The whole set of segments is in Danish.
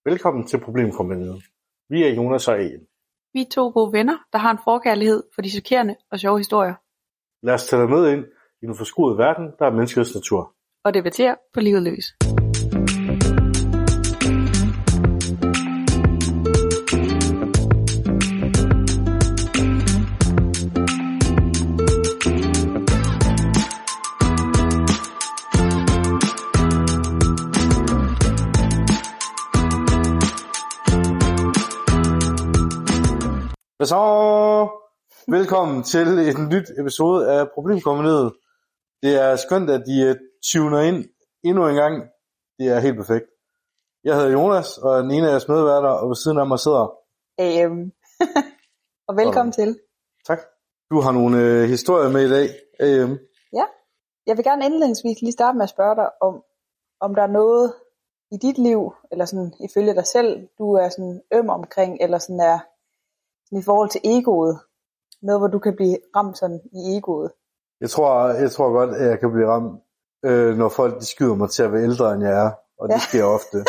Velkommen til Problemkompagniet. Vi er Jonas og Ian. Vi er to gode venner, der har en forkærlighed for de chokerende og sjove historier. Lad os tage dig med ind i den forskruede verden, der er menneskets natur. Og debattere på livet løs. Så velkommen til et nyt episode af Problemkompagniet. Det er skønt, at I tuner ind endnu en gang. Det er helt perfekt. Jeg hedder Jonas, og er den ene af jeres medværter, og ved siden af mig sidder AM. Og velkommen til. Tak. Du har nogle historier med i dag, AM. Ja, jeg vil gerne indledningsvis lige starte med at spørge dig om der er noget i dit liv, eller sådan ifølge dig selv, du er sådan øm omkring, eller sådan er i forhold til egoet. Noget, hvor du kan blive ramt sådan i egoet. Jeg tror godt, at jeg kan blive ramt, når folk de skyder mig til at være ældre, end jeg er. Og det sker ofte.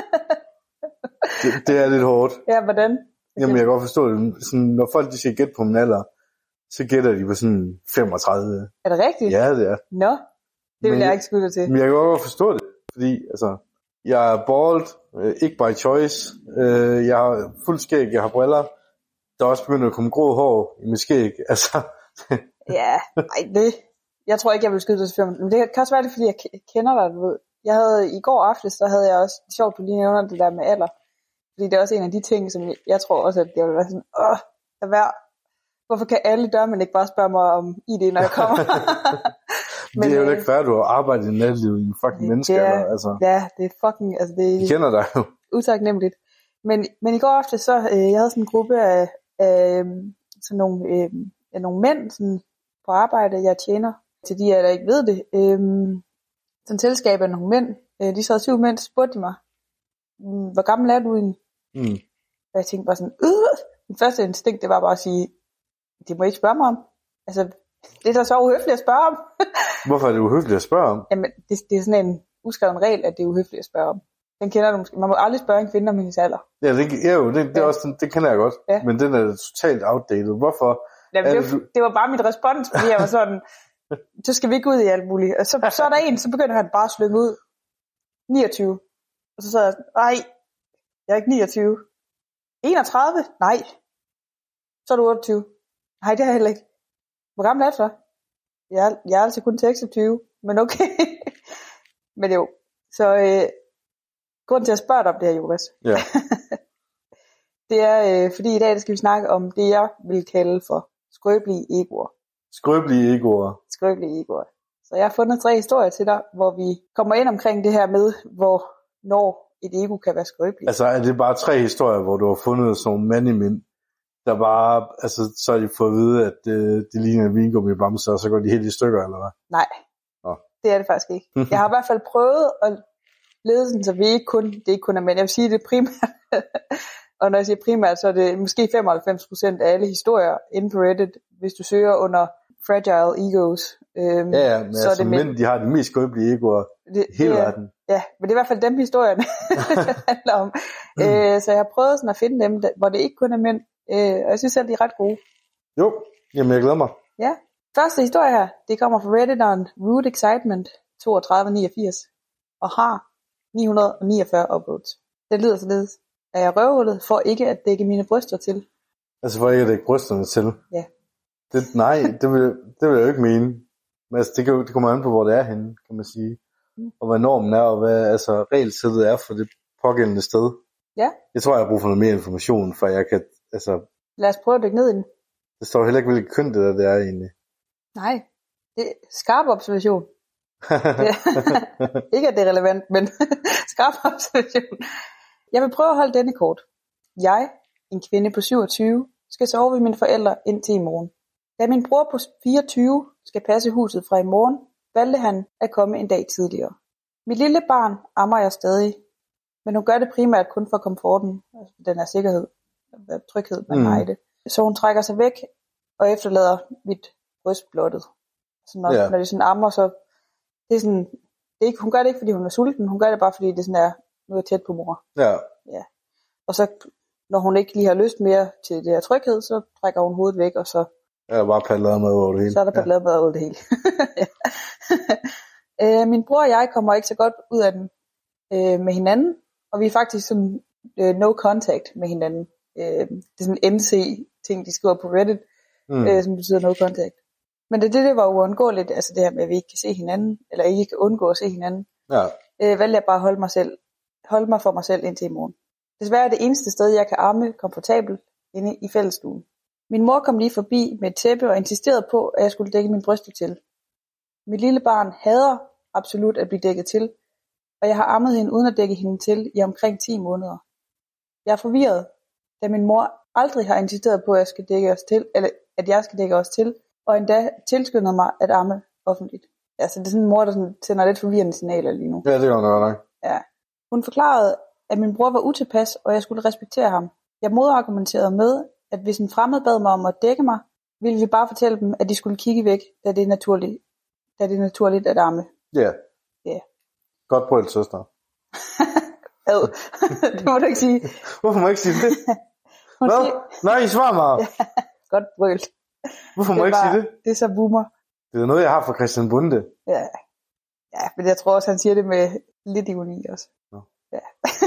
det er lidt hårdt. Ja, hvordan? Jamen, jeg kan godt forstå det. Sådan, når folk de skal gætte på min alder, så gætter de på sådan 35. Er det rigtigt? Ja, det er. Nå, det vil jeg ikke skylde dig til. Men jeg kan godt forstå det. Fordi, altså, jeg er bald, ikke by choice. Jeg har fuld skæg, jeg har briller. Der er også begyndt at komme grå hår i mit skæg, altså. Ja, nej det. Jeg tror ikke, jeg vil skyde dig til 5. Men det kan også være det, fordi jeg kender dig, du ved. Jeg havde i går aftes, der havde jeg også, sjovt du lige nævner det der med alder. Fordi det er også en af de ting, som jeg tror også, at jeg vil være sådan, hvorfor kan alle dørmænd ikke bare spørge mig om ID, når jeg kommer? Men, det er jo ikke fair, du har arbejdet i natlivet i en fucking menneskealder, altså. Ja, det er fucking, altså det er. Jeg kender dig jo. Utaknemmeligt. Men i går aftes, så jeg havde sådan en gruppe af sådan nogle mænd sådan på arbejde, jeg tjener. Til de der ikke ved det. Sådan et selskab af nogle mænd. De sad 7 mænd, så spurgte de mig, hvor gammel er du egentlig? Og jeg tænkte bare sådan, Min første instinkt, det var bare at sige, det må I ikke spørge mig om. Altså, det er da så uhøfligt at spørge om. Hvorfor er det uhøfligt at spørge om? Jamen, det er sådan en uskreven regel, at det er uhøfligt at spørge om. Den kender du måske. Man må aldrig spørge en kvinde om hendes alder. Ja, det er også, det kender jeg godt. Ja. Men den er totalt outdated. Hvorfor? Jamen, det var bare mit respons, fordi jeg var sådan, så skal vi ikke ud i alt muligt. Og så er der en, så begynder han bare at slynge ud. 29. Og så jeg, nej, jeg er ikke 29. 31? Nej. Så er du 28. Nej, det er jeg heller ikke. Hvor gammel er du så? Jeg er altså kun 26, men okay. Men jo, så grunden til at spørge dig om det her, Jonas. Ja. Det er, fordi i dag skal vi snakke om det, jeg vil kalde for skrøbelige egoer. Skrøbelige egoer. Skrøbelige egoer. Så jeg har fundet 3 historier til dig, hvor vi kommer ind omkring det her med, når et ego kan være skrøbeligt. Altså er det bare 3 historier, hvor du har fundet sådan nogle mandemænd, der bare, altså så har de fået at vide, at de ligner en vingummibamser, og så går de helt i stykker, eller hvad? Nej, det er det faktisk ikke. Jeg har i hvert fald prøvet at lede sådan, så det er ikke kun er mænd. Jeg vil sige det primært. Og når jeg siger primært, så er det måske 95% af alle historier inde på Reddit, hvis du søger under fragile egos. Men så altså mænd, de har de mest skrøbelige egoer i hele verden. Ja, men det er i hvert fald dem historierne handler om. Så jeg har prøvet sådan at finde dem, hvor det ikke kun er mænd. Og jeg synes selv, de er ret gode. Jo, jamen jeg glæder mig. Ja, første historie her, det kommer fra Redditeren Root Excitement 3289 og har 949 upvotes. Det lyder således. Er jeg røvhullet for ikke at dække mine bryster til? Altså for ikke at dække brysterne til? Ja. Det vil jeg jo ikke mene. Men altså, det kommer an på, hvor det er henne, kan man sige. Og hvad normen er, og hvad altså, regelsættet er for det pågældende sted. Ja. Jeg tror, jeg har brug for noget mere information, for jeg kan, altså. Lad os prøve at dykke ned i den. Det står heller ikke, hvilket køn det er egentlig. Nej, det er skarp observation. Ikke at det er relevant, men skarp observation. Jeg vil prøve at holde denne kort. Jeg, en kvinde på 27, skal sove ved mine forældre indtil i morgen. Da min bror på 24 skal passe huset fra i morgen, valgte han at komme en dag tidligere. Mit lille barn ammer jeg stadig, men hun gør det primært kun for komforten, altså den er sikkerhed, tryghed, man har i det. Så hun trækker sig væk og efterlader mit bryst blottet. Så når det sådan ammer, så det er sådan, det er ikke, hun gør det ikke, fordi hun er sulten, hun gør det bare, fordi det sådan er, nu er jeg tæt på mor. Ja. ja. Og så, når hun ikke lige har lyst mere til det her tryghed, så trækker hun hovedet væk, og så... Ja, der er bare padlet med over det hele. Så er der padlet med over det hele. Min bror og jeg kommer ikke så godt ud af den med hinanden, og vi er faktisk sådan no contact med hinanden. Det er sådan en NC-ting, de skriver på Reddit, som betyder no contact. Men det var uundgåeligt, altså det her med, at vi ikke kan se hinanden, eller ikke kan undgå at se hinanden. Ja. Valgte jeg bare at holde mig for mig selv indtil i morgen. Desværre er det eneste sted, jeg kan amme komfortabelt inde i fællesstuen. Min mor kom lige forbi med et tæppe og insisterede på, at jeg skulle dække min bryster til. Mit lille barn hader absolut at blive dækket til, og jeg har ammet hende uden at dække hende til i omkring 10 måneder. Jeg er forvirret, da min mor aldrig har insisteret på, at jeg skal dække os til, eller at jeg skal dække os til, og endda tilskyndede mig at amme offentligt. Altså det er sådan en mor, der sådan sender lidt forvirrende signaler lige nu. Ja, det gør noget nok. Ja. Hun forklarede, at min bror var utilpas, og jeg skulle respektere ham. Jeg modargumenterede med, at hvis en fremmed bad mig om at dække mig, ville vi bare fortælle dem, at de skulle kigge væk, da det er naturligt at amme. Ja. Ja. Godt brølt, søster. Det må du ikke sige. Hvorfor må jeg ikke sige det? Hvad? Nej, svar mig. Ja, godt brølt. Hvorfor må jeg ikke sige det? Det er så boomer. Det er noget, jeg har fra Christian Bunde. Ja, men jeg tror også, han siger det med lidt ironi også. Nå. Ja.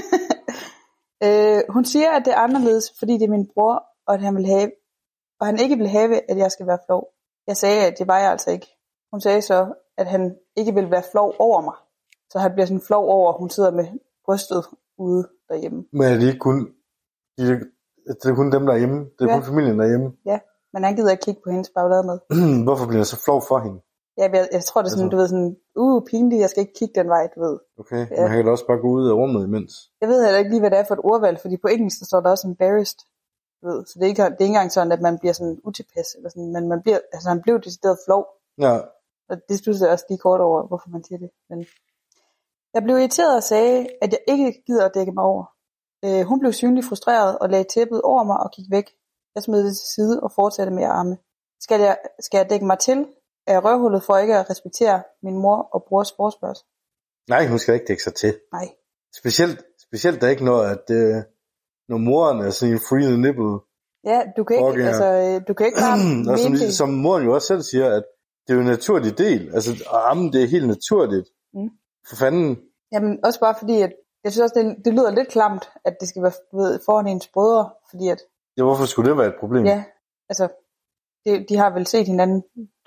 Hun siger, at det er anderledes, fordi det er min bror, og at han ikke vil have, at jeg skal være flov. Jeg sagde, at det var jeg altså ikke. Hun sagde så, at han ikke vil være flov over mig. Så han bliver sådan flov over, at hun sidder med brystet ude derhjemme. Men er det ikke kun, det er kun dem derhjemme? Det er kun familien derhjemme? Ja, men han gider ikke kigge på hendes baglade med. Hvorfor bliver jeg så flov for hende? Ja, jeg tror det er sådan, du ved sådan, pinligt, jeg skal ikke kigge den vej, du ved. Okay, men han kan da også bare gå ud af rummet imens. Jeg ved heller ikke lige, hvad det er for et ordvalg, fordi på engelsk der står der også embarrassed. Du ved, så det er ikke engang sådan, at man bliver sådan utilpas, eller sådan, men man bliver, altså han blev decideret flov. Ja. Og det studsede jeg også lige kort over, hvorfor man siger det. Men jeg blev irriteret og sagde, at jeg ikke gider at dække mig over. Hun blev synligt frustreret og lagde tæppet over mig og gik væk. Jeg smed det til side og fortsatte med at amme. Skal jeg dække mig til? Er røvhullet for ikke at respektere min mor og brors forespørgsel? Nej, hun skal ikke dække sig til. Nej. Specielt der er ikke noget, at når moren er sådan en free the nipple. Ja, du kan ikke, du kan ikke bare som moren jo også selv siger, at det er jo en naturlig del. Altså, at amme, det er helt naturligt. For fanden. Jamen, også bare fordi, at jeg synes også, det lyder lidt klamt, at det skal være foran ens brødre, fordi at... Ja, hvorfor skulle det være et problem? Ja, altså, de har vel set hinanden,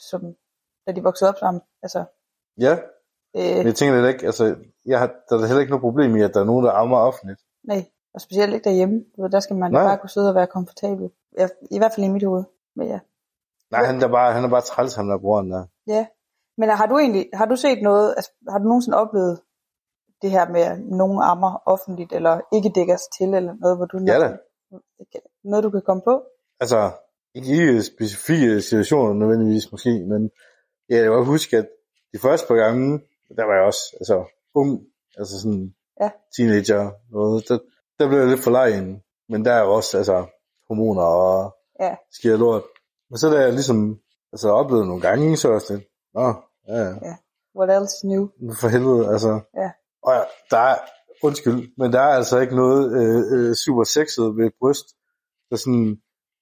da de voksede op sammen, altså... Ja, men jeg tænker det ikke, altså, der er heller ikke noget problem i, at der er nogen, der ammer offentligt. Nej, og specielt ikke derhjemme, der skal man bare kunne sidde og være komfortabel. I hvert fald i mit hoved, men ja. Nej, han er bare træls, ham der broren der. Ja, men har du set noget, altså, har du nogensinde oplevet det her med, at nogen ammer offentligt, eller ikke dækker sig til, eller noget, hvor du... Ja da. Noget, du kan komme på? Altså, ikke i specifikke situationer nødvendigvis måske, men jeg kan godt huske, at de første par gange, der var jeg også ung, altså sådan teenager, noget, der blev jeg lidt for legen, men der er jo også hormoner og sker lort. Men så da jeg ligesom oplevede nogle gange, så var det ja. What else is new? For helvede, altså. Ja. Og der er, undskyld, men der er altså ikke noget super sexet ved et bryst, der sådan,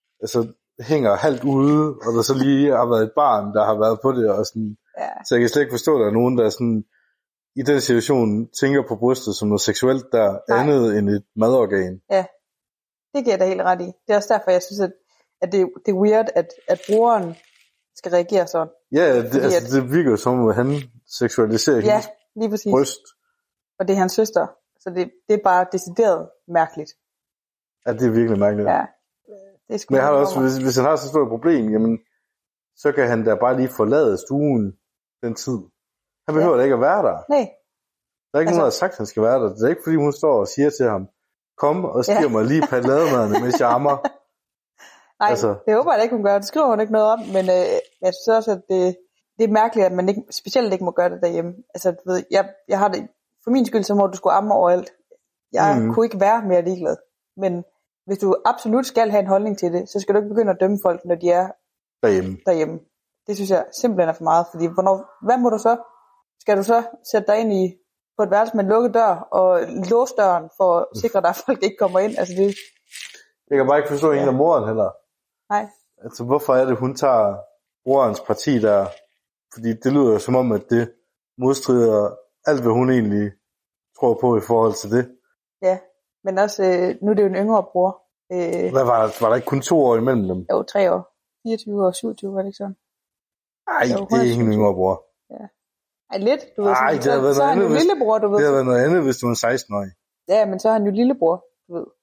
hænger halvt ude, og der så lige har været et barn, der har været på det, og sådan, så jeg kan slet ikke forstå, at der er nogen, der sådan, i den situation, tænker på brystet som noget seksuelt, der er andet end et madorgan. Ja, det giver jeg da helt ret i. Det er også derfor, jeg synes, at det er weird, at brugeren skal reagere sådan. Ja, det virker jo som, at han seksualiserer hendes lige præcis. Bryst. Og det er hans søster, så det er bare decideret mærkeligt. Ja, det er virkelig mærkeligt. Ja. Men jeg har også, hvis han har så stort problem, jamen, så kan han da bare lige forlade stuen den tid. Han behøver da ikke at være der. Nej. Der er ikke nogen, der har sagt, at han skal være der. Det er ikke, fordi hun står og siger til ham, kom og stiger mig lige padlademadderne, mens jeg ammer. Nej, det håber jeg ikke, hun gør. Det skriver hun ikke noget om, men jeg synes også, at det er mærkeligt, at man ikke, specielt ikke må gøre det derhjemme. Altså, du ved, jeg har det, for min skyld, så må du skulle amme overalt. Jeg kunne ikke være mere ligeglad. Men hvis du absolut skal have en holdning til det, så skal du ikke begynde at dømme folk, når de er derhjemme. Det synes jeg simpelthen er for meget, fordi hvad må du så? Skal du så sætte dig ind i på et værelse med en lukket dør, og låse døren for at sikre, at der folk ikke kommer ind. Altså det... Jeg kan bare ikke forstå en af moren heller. Nej. Altså, hvorfor er det, hun tager brorens parti der? Fordi det lyder jo som om, at det modstrider alt, hvad hun egentlig tror på i forhold til det. Ja, men også, nu er det jo en yngre bror. Hvad var der ikke kun 2 år imellem dem? Jo, 3 år. 24 og 27, var det ikke sådan? Nej, det er ikke en yngre bror. Ja. Ej, lidt, du ved. Ej, det havde været så er han jo andet, lillebror, du ved. Det havde været noget andet, hvis du var en 16-årig. Ja, men så er han jo lillebror, du ved.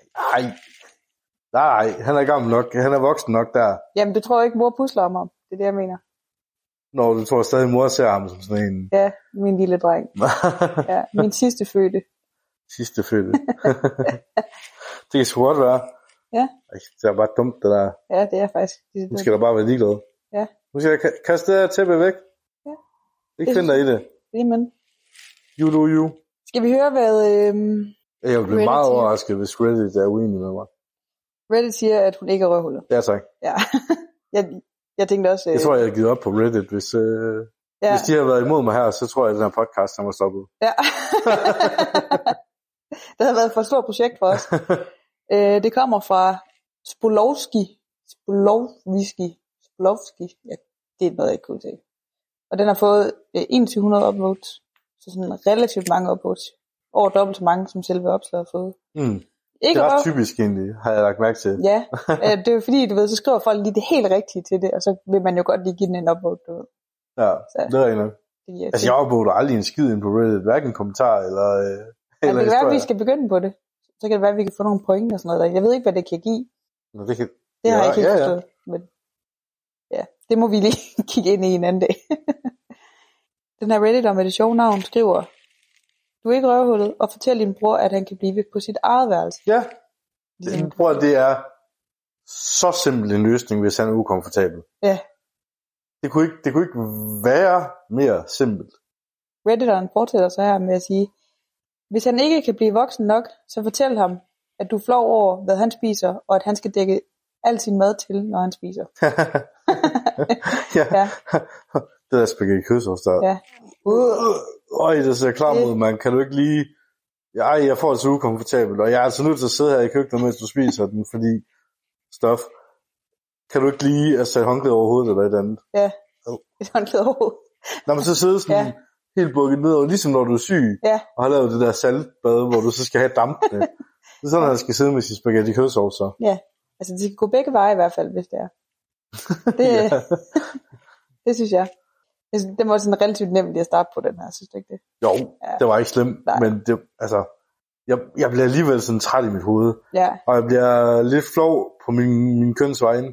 Nej, han er gammel nok. Han er voksen nok der. Jamen, det tror jeg ikke, mor pusler om ham. Det er det, jeg mener. Når du tror stadig, mor ser ham som sådan en... Ja, min lille dreng. Ja, min sidste fødte. Sidste fødte. Det kan sgu godt være. Ja. Det er bare dumt, det der. Ja, det er faktisk. Nu skal der bare være ligeglad. Ja. Nu skal jeg kaste det her tæppe væk. Ja. Ikke finde dig i det. Amen. You do you. Skal vi høre, hvad Jeg vil blive meget overrasket, hvis Reddit er uenig med mig. Reddit siger, at hun ikke er røvhullet? Ja, tak. Ja. jeg tænkte også... Jeg tror, jeg har givet op på Reddit. Hvis de har været imod mig her, så tror jeg, at den her podcast har stoppet. Ja. Det har været et for stort projekt for os. Det kommer fra Spolovski. Ja, det er noget, jeg ikke kunne se. Og den har fået 2100 upvotes. Så sådan relativt mange upvotes. Over dobbelt så mange, som selve opslaget har fået. Ikke det er ret typisk egentlig, har jeg lagt mærke til. Ja, det er jo fordi, du ved, så skriver folk lige det helt rigtige til det, og så vil man jo godt lige give den en upvote, du ved. Ja, så, det er rigtigt. Altså, jeg upvoter aldrig en skid ind på Reddit, hverken kommentar eller det kan være, at vi skal begynde på det. Så kan det være, at vi kan få nogle point og sådan noget der. Jeg ved ikke, hvad det kan give. Nå, det har jeg ikke helt forstået. Men ja, det må vi lige kigge ind i en anden dag. Den her Redditor med det sjove navn skriver: du er ikke røvhullet, og fortæl din bror, at han kan blive på sit eget værelse. Ja, jeg tror, det er så simpel en løsning, hvis han er ukomfortabel. Ja. Det kunne ikke være mere simpelt. Redditoren fortsætter så her med at sige: hvis han ikke kan blive voksen nok, så fortæl ham, at du er flov over, hvad han spiser, og at han skal dække al sin mad til, når han spiser. Ja. Det der spaghetti kødsovs der. Ja. Det ser klar ud, man. Kan du ikke lige... Jeg får det så ukomfortabelt, og jeg er altså nødt til at sidde her i køkkenet, mens du spiser den, fordi stof. Kan du ikke lige sætte håndklæde over hovedet eller et andet? Ja, et håndklæde over hovedet. Når man så sidder sådan helt bukket ned, og ligesom når du er syg, og har lavet det der saltbad, hvor du så skal have dampene. Det er sådan, at han skal sidde med sin spaghetti kødsovs så. Ja, altså det skal gå begge veje i hvert fald, hvis det er. Det synes jeg. Det var sådan relativt nemt at starte på den her, synes du ikke det? Jo, det var ikke slemt, men det, altså, jeg bliver alligevel sådan træt i mit hoved. Ja. Og jeg bliver lidt flov på min kønsvejen.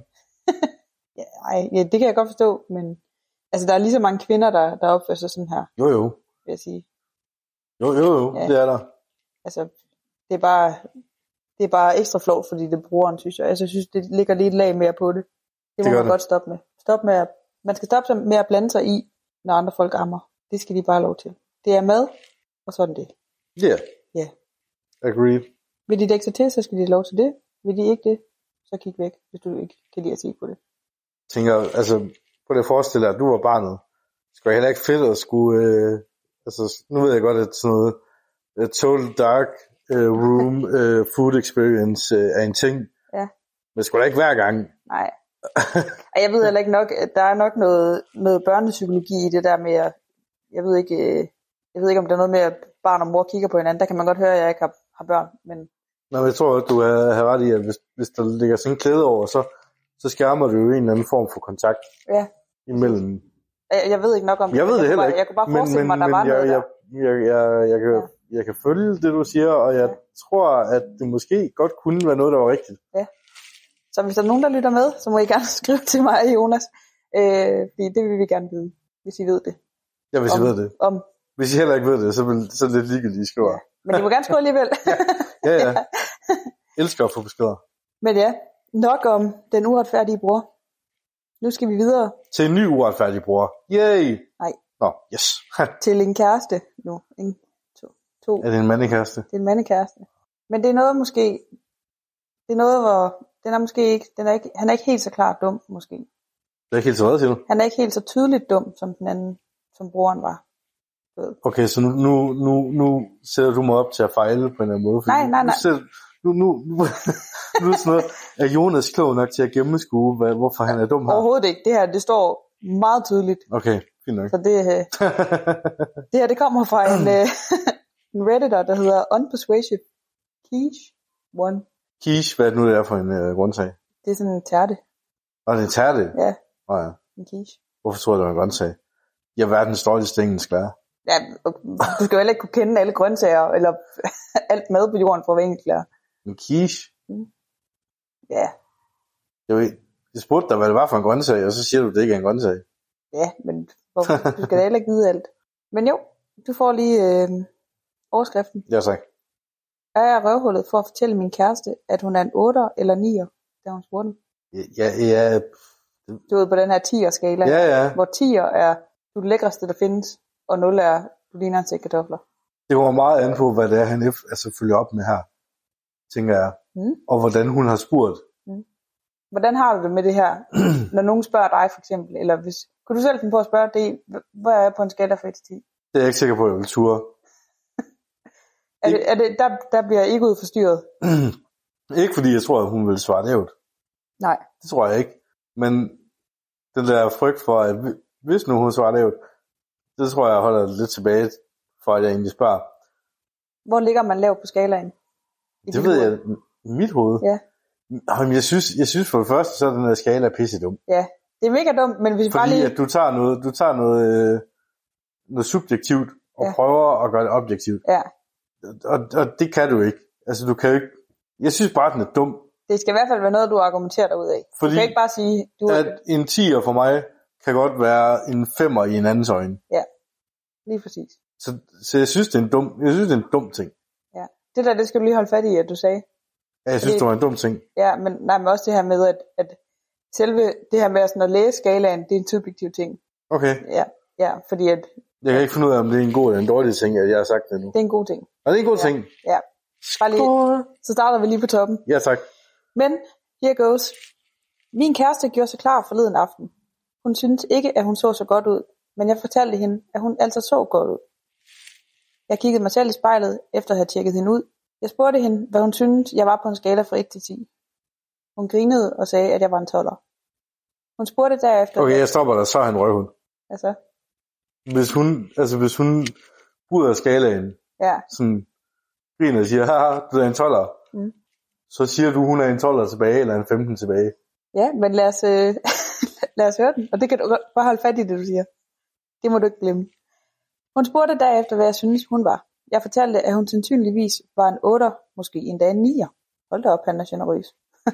Ja, det kan jeg godt forstå, men altså der er lige så mange kvinder, der opfører sig sådan her. Jo. Vil jeg sige. Jo, ja. Det er der. Altså, det er bare ekstra flot, fordi det er brugeren, synes jeg. Altså, jeg synes, det ligger lidt lag mere på det. Det må man godt stoppe med. Man skal stoppe med at blande sig i, når andre folk ammer. Det skal de bare have lov til. Det er mad, og sådan det. Ja. Yeah. Agreed. Vil de dække sig til, så skal de have lov til det. Vil de ikke det, så kig væk, hvis du ikke kan lide at se på det. Jeg tænker, altså, på det forestille at du var barnet. Skal jeg heller ikke fedt at skulle, nu ved jeg godt, at sådan noget total dark room food experience er en ting. Ja. Men det skulle da ikke hver gang. Nej. Jeg ved heller ikke nok, at der er nok noget børnepsykologi i det der med, jeg ved ikke, om der er noget med, at barn og mor kigger på hinanden. Der kan man godt høre, at jeg ikke har børn. Men... Nå, men jeg tror, at du har ret i, at hvis der ligger sådan en klæde over, så skærmer det jo en eller anden form for kontakt imellem. Jeg ved ikke nok om det. Jeg ved det heller ikke. Jeg kunne bare forestille mig, at der var noget der. Jeg kan følge det, du siger, og jeg tror, at det måske godt kunne være noget, der var rigtigt. Ja. Så hvis der er nogen, der lytter med, så må I gerne skrive til mig, Jonas. Fordi det vil vi gerne vide, hvis I ved det. Ja, hvis I ved det. Hvis I heller ikke ved det, så er det lidt ligegyldigt, I skriver. Ja. Men I må gerne skrive alligevel. Ja. Elsker at få beskeder. Men ja, nok om den uretfærdige bror. Nu skal vi videre. Til en ny uretfærdig bror. Yay! Nej. Nå, yes. Til en kæreste nu. To. Er det en mandekæreste? Det er en mandekæreste. Men det er noget måske... Det er noget, hvor... Han er ikke helt så klart dum, måske. Det er ikke helt så hvad til du? Han er ikke helt så tydeligt dum, som den anden, som broren var. Okay, så nu sætter du mig op til at fejle på en eller anden måde. Nej. Nu er sådan noget, er Jonas klog nok til at gennemskue, hvorfor han er dum her? Overhovedet ikke. Det her, det står meget tydeligt. Okay, fint nok. Så det her, det kommer fra en redditor, der hedder Unpersuasive Quiche One. Quiche, hvad er det nu, det er for en grøntsag? Det er sådan en tærte. Og det er en tærte? Ja, Ja. en quiche. Hvorfor tror jeg, det var en grøntsag? Jeg er verdens dårligste engelsk lærer. Ja, du skal jo heller ikke kunne kende alle grøntsager, eller alt mad på jorden for at være engelsklærer. En quiche? Ja. Jeg spurgte dig, hvad det var for en grøntsag, og så siger du, at det ikke er en grøntsag. Ja, men du skal da heller ikke vide alt. Men jo, du får lige overskriften. Ja, tak. Er jeg røvhullet for at fortælle min kæreste, at hun er en 8'er eller 9'er, da hun spurgte den? Ja. Du ved på den her 10'er-skala, Ja. hvor 10'er er du det lækreste, der findes, og 0 er du ligner en sæk kartofler. Det var meget an på, hvad det er, han følger op med her, tænker jeg. Og hvordan hun har spurgt. Hvordan har du det med det her, når nogen spørger dig for eksempel, eller hvis, kunne du selv finde på at spørge det, hvor er jeg på en skala fra 1 til 10? Det er jeg ikke sikker på, at jeg vil ture. Der bliver ikke ud forstyrret? Ikke fordi jeg tror, at hun vil svare lavt. Nej. Det tror jeg ikke. Men den der frygt for, at hvis nu hun svarer lavt, det tror jeg holder lidt tilbage, for at jeg egentlig spørger. Hvor ligger man lavt på skalaen? Det ved jeg i mit hoved. Ja. Jamen, jeg synes for det første, så er den her skala pisse dum. Ja, det er mega dumt, men hvis bare lige... lige... at du tager noget subjektivt, og prøver at gøre det objektivt. Ja. Og det kan du ikke. Altså, du kan jo ikke... Jeg synes bare, den er dum. Det skal i hvert fald være noget, du argumenterer dig ud af. Fordi du kan ikke bare sige... at en 10'er for mig, kan godt være en 5'er i en andens øjne. Ja, lige præcis. Så jeg synes, det er en dum ting. Ja, det skal du lige holde fat i, at du sagde. Ja, jeg synes, det var en dum ting. Ja, men også det her med, at selve det her med sådan at læse skalaen, det er en subjektiv ting. Okay. Ja, fordi at... Jeg kan ikke finde ud af, om det er en god eller en dårlig ting, at jeg har sagt det nu. Det er en god ting. Og det er en god ting? Ja. Bare lige, så starter vi lige på toppen. Ja, tak. Men, here goes. Min kæreste gjorde sig klar forleden aften. Hun syntes ikke, at hun så godt ud, men jeg fortalte hende, at hun altså så godt ud. Jeg kiggede mig selv i spejlet, efter at have tjekket hende ud. Jeg spurgte hende, hvad hun syntes, jeg var på en skala fra 1 til 10. Hun grinede og sagde, at jeg var en 12'er. Hun spurgte derefter... Okay, jeg stopper dig, så er han røvhund. Altså? Hvis hun bryder skalaen, sådan griner og siger, haha, du er en 12'er, så siger du, hun er en 12'er tilbage, eller en 15 tilbage. Ja, men lad os høre den, og det kan du bare holde fat i, det du siger. Det må du ikke glemme. Hun spurgte derefter, hvad jeg synes, hun var. Jeg fortalte, at hun sandsynligvis var en 8'er, måske endda en 9'er. Hold da op, han er generøs.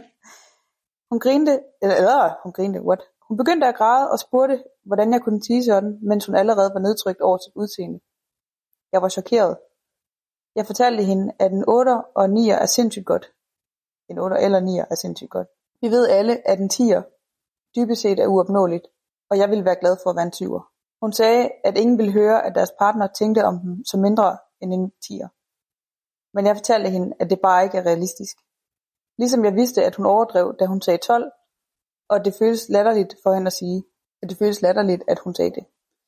Hun grinte, what? Hun begyndte at græde og spurgte, hvordan jeg kunne sige sådan, mens hun allerede var nedtrykt over sit udseende. Jeg var chokeret. Jeg fortalte hende, at en 8'er og en 9'er er sindssygt godt. En 8'er eller 9'er er sindssygt godt. Vi ved alle, at en 10'er dybest set er uopnåeligt, og jeg ville være glad for at være en 20'er. Hun sagde, at ingen ville høre, at deres partner tænkte om dem som mindre end en 10'er. Men jeg fortalte hende, at det bare ikke er realistisk. Ligesom jeg vidste, at hun overdrev, da hun sagde 12, og det føles latterligt for hende at sige, at det føles latterligt, at hun sagde det.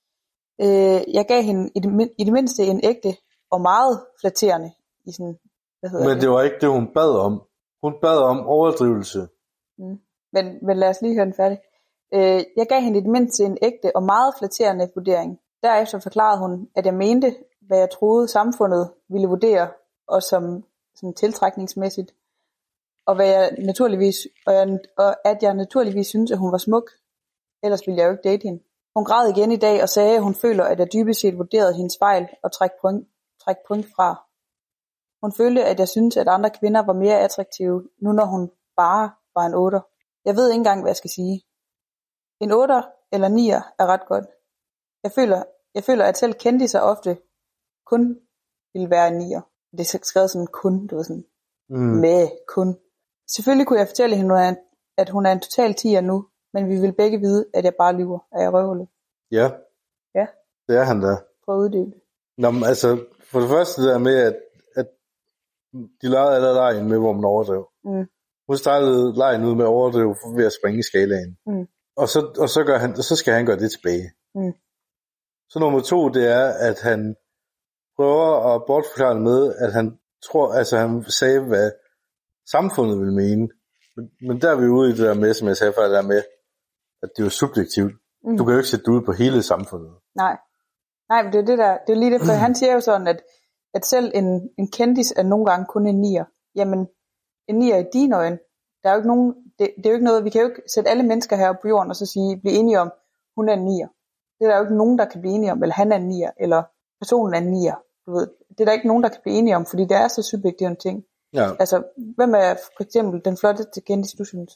Jeg gav hende i det mindste en ægte og meget flatterende i sådan, Men det var ikke det, hun bad om. Hun bad om overdrivelse. Men lad os lige høre den færdig. Jeg gav hende i det mindste en ægte og meget flatterende vurdering. Derefter forklarede hun, at jeg mente, hvad jeg troede samfundet ville vurdere, og som sådan tiltrækningsmæssigt, og hvad jeg naturligvis, og at jeg naturligvis synes, at hun var smuk, ellers ville jeg jo ikke date hende. Hun græd igen i dag og sagde, at hun føler, at jeg dybest set vurderede hendes fejl og træk point fra. Hun følte, at jeg synes, at andre kvinder var mere attraktive, nu når hun bare var en 8'er. Jeg ved ikke engang, hvad jeg skal sige. En 8'er eller 9'er er ret godt. Jeg føler, at selv kendte sig ofte kun ville være en 9'er. Det er skrevet sådan kun, det var sådan med kun. Selvfølgelig kunne jeg fortælle hende, at hun er en total 10'er nu, men vi vil begge vide, at jeg bare lyver. Er jeg røvhullet? Ja. Ja. Det er han da. Prøv at uddybe det. Nå, men altså, for det første der med, at de legede allerede lejen med, hvor man overdrev. Hun startede lejen ud med at overdrive ved at springe skalaen. Og så skal han gøre det tilbage. Så nummer 2, det er, at han prøver at bortforklare det med, at han tror, altså han sagde, hvad samfundet vil mene. Men der er vi ude i det der med, som jeg sagde før, det der med, at det er jo subjektivt. Du kan jo ikke sætte det ud på hele samfundet. Nej, men det er det der, det er lige det, for han siger jo sådan, at selv en kendis er nogle gange kun en nier. Jamen, en nier i dine øjne, der er jo ikke nogen, det er jo ikke noget, vi kan jo ikke sætte alle mennesker her på jorden og så blive enige om, hun er en nier. Det er der jo ikke nogen, der kan blive enige om, eller han er en nier, eller personen er en nier. Du ved, det er der ikke nogen, der kan blive enige om, fordi det er så subjektivt en ting. Ja. Altså, hvem er for eksempel den flotteste kendis, du synes?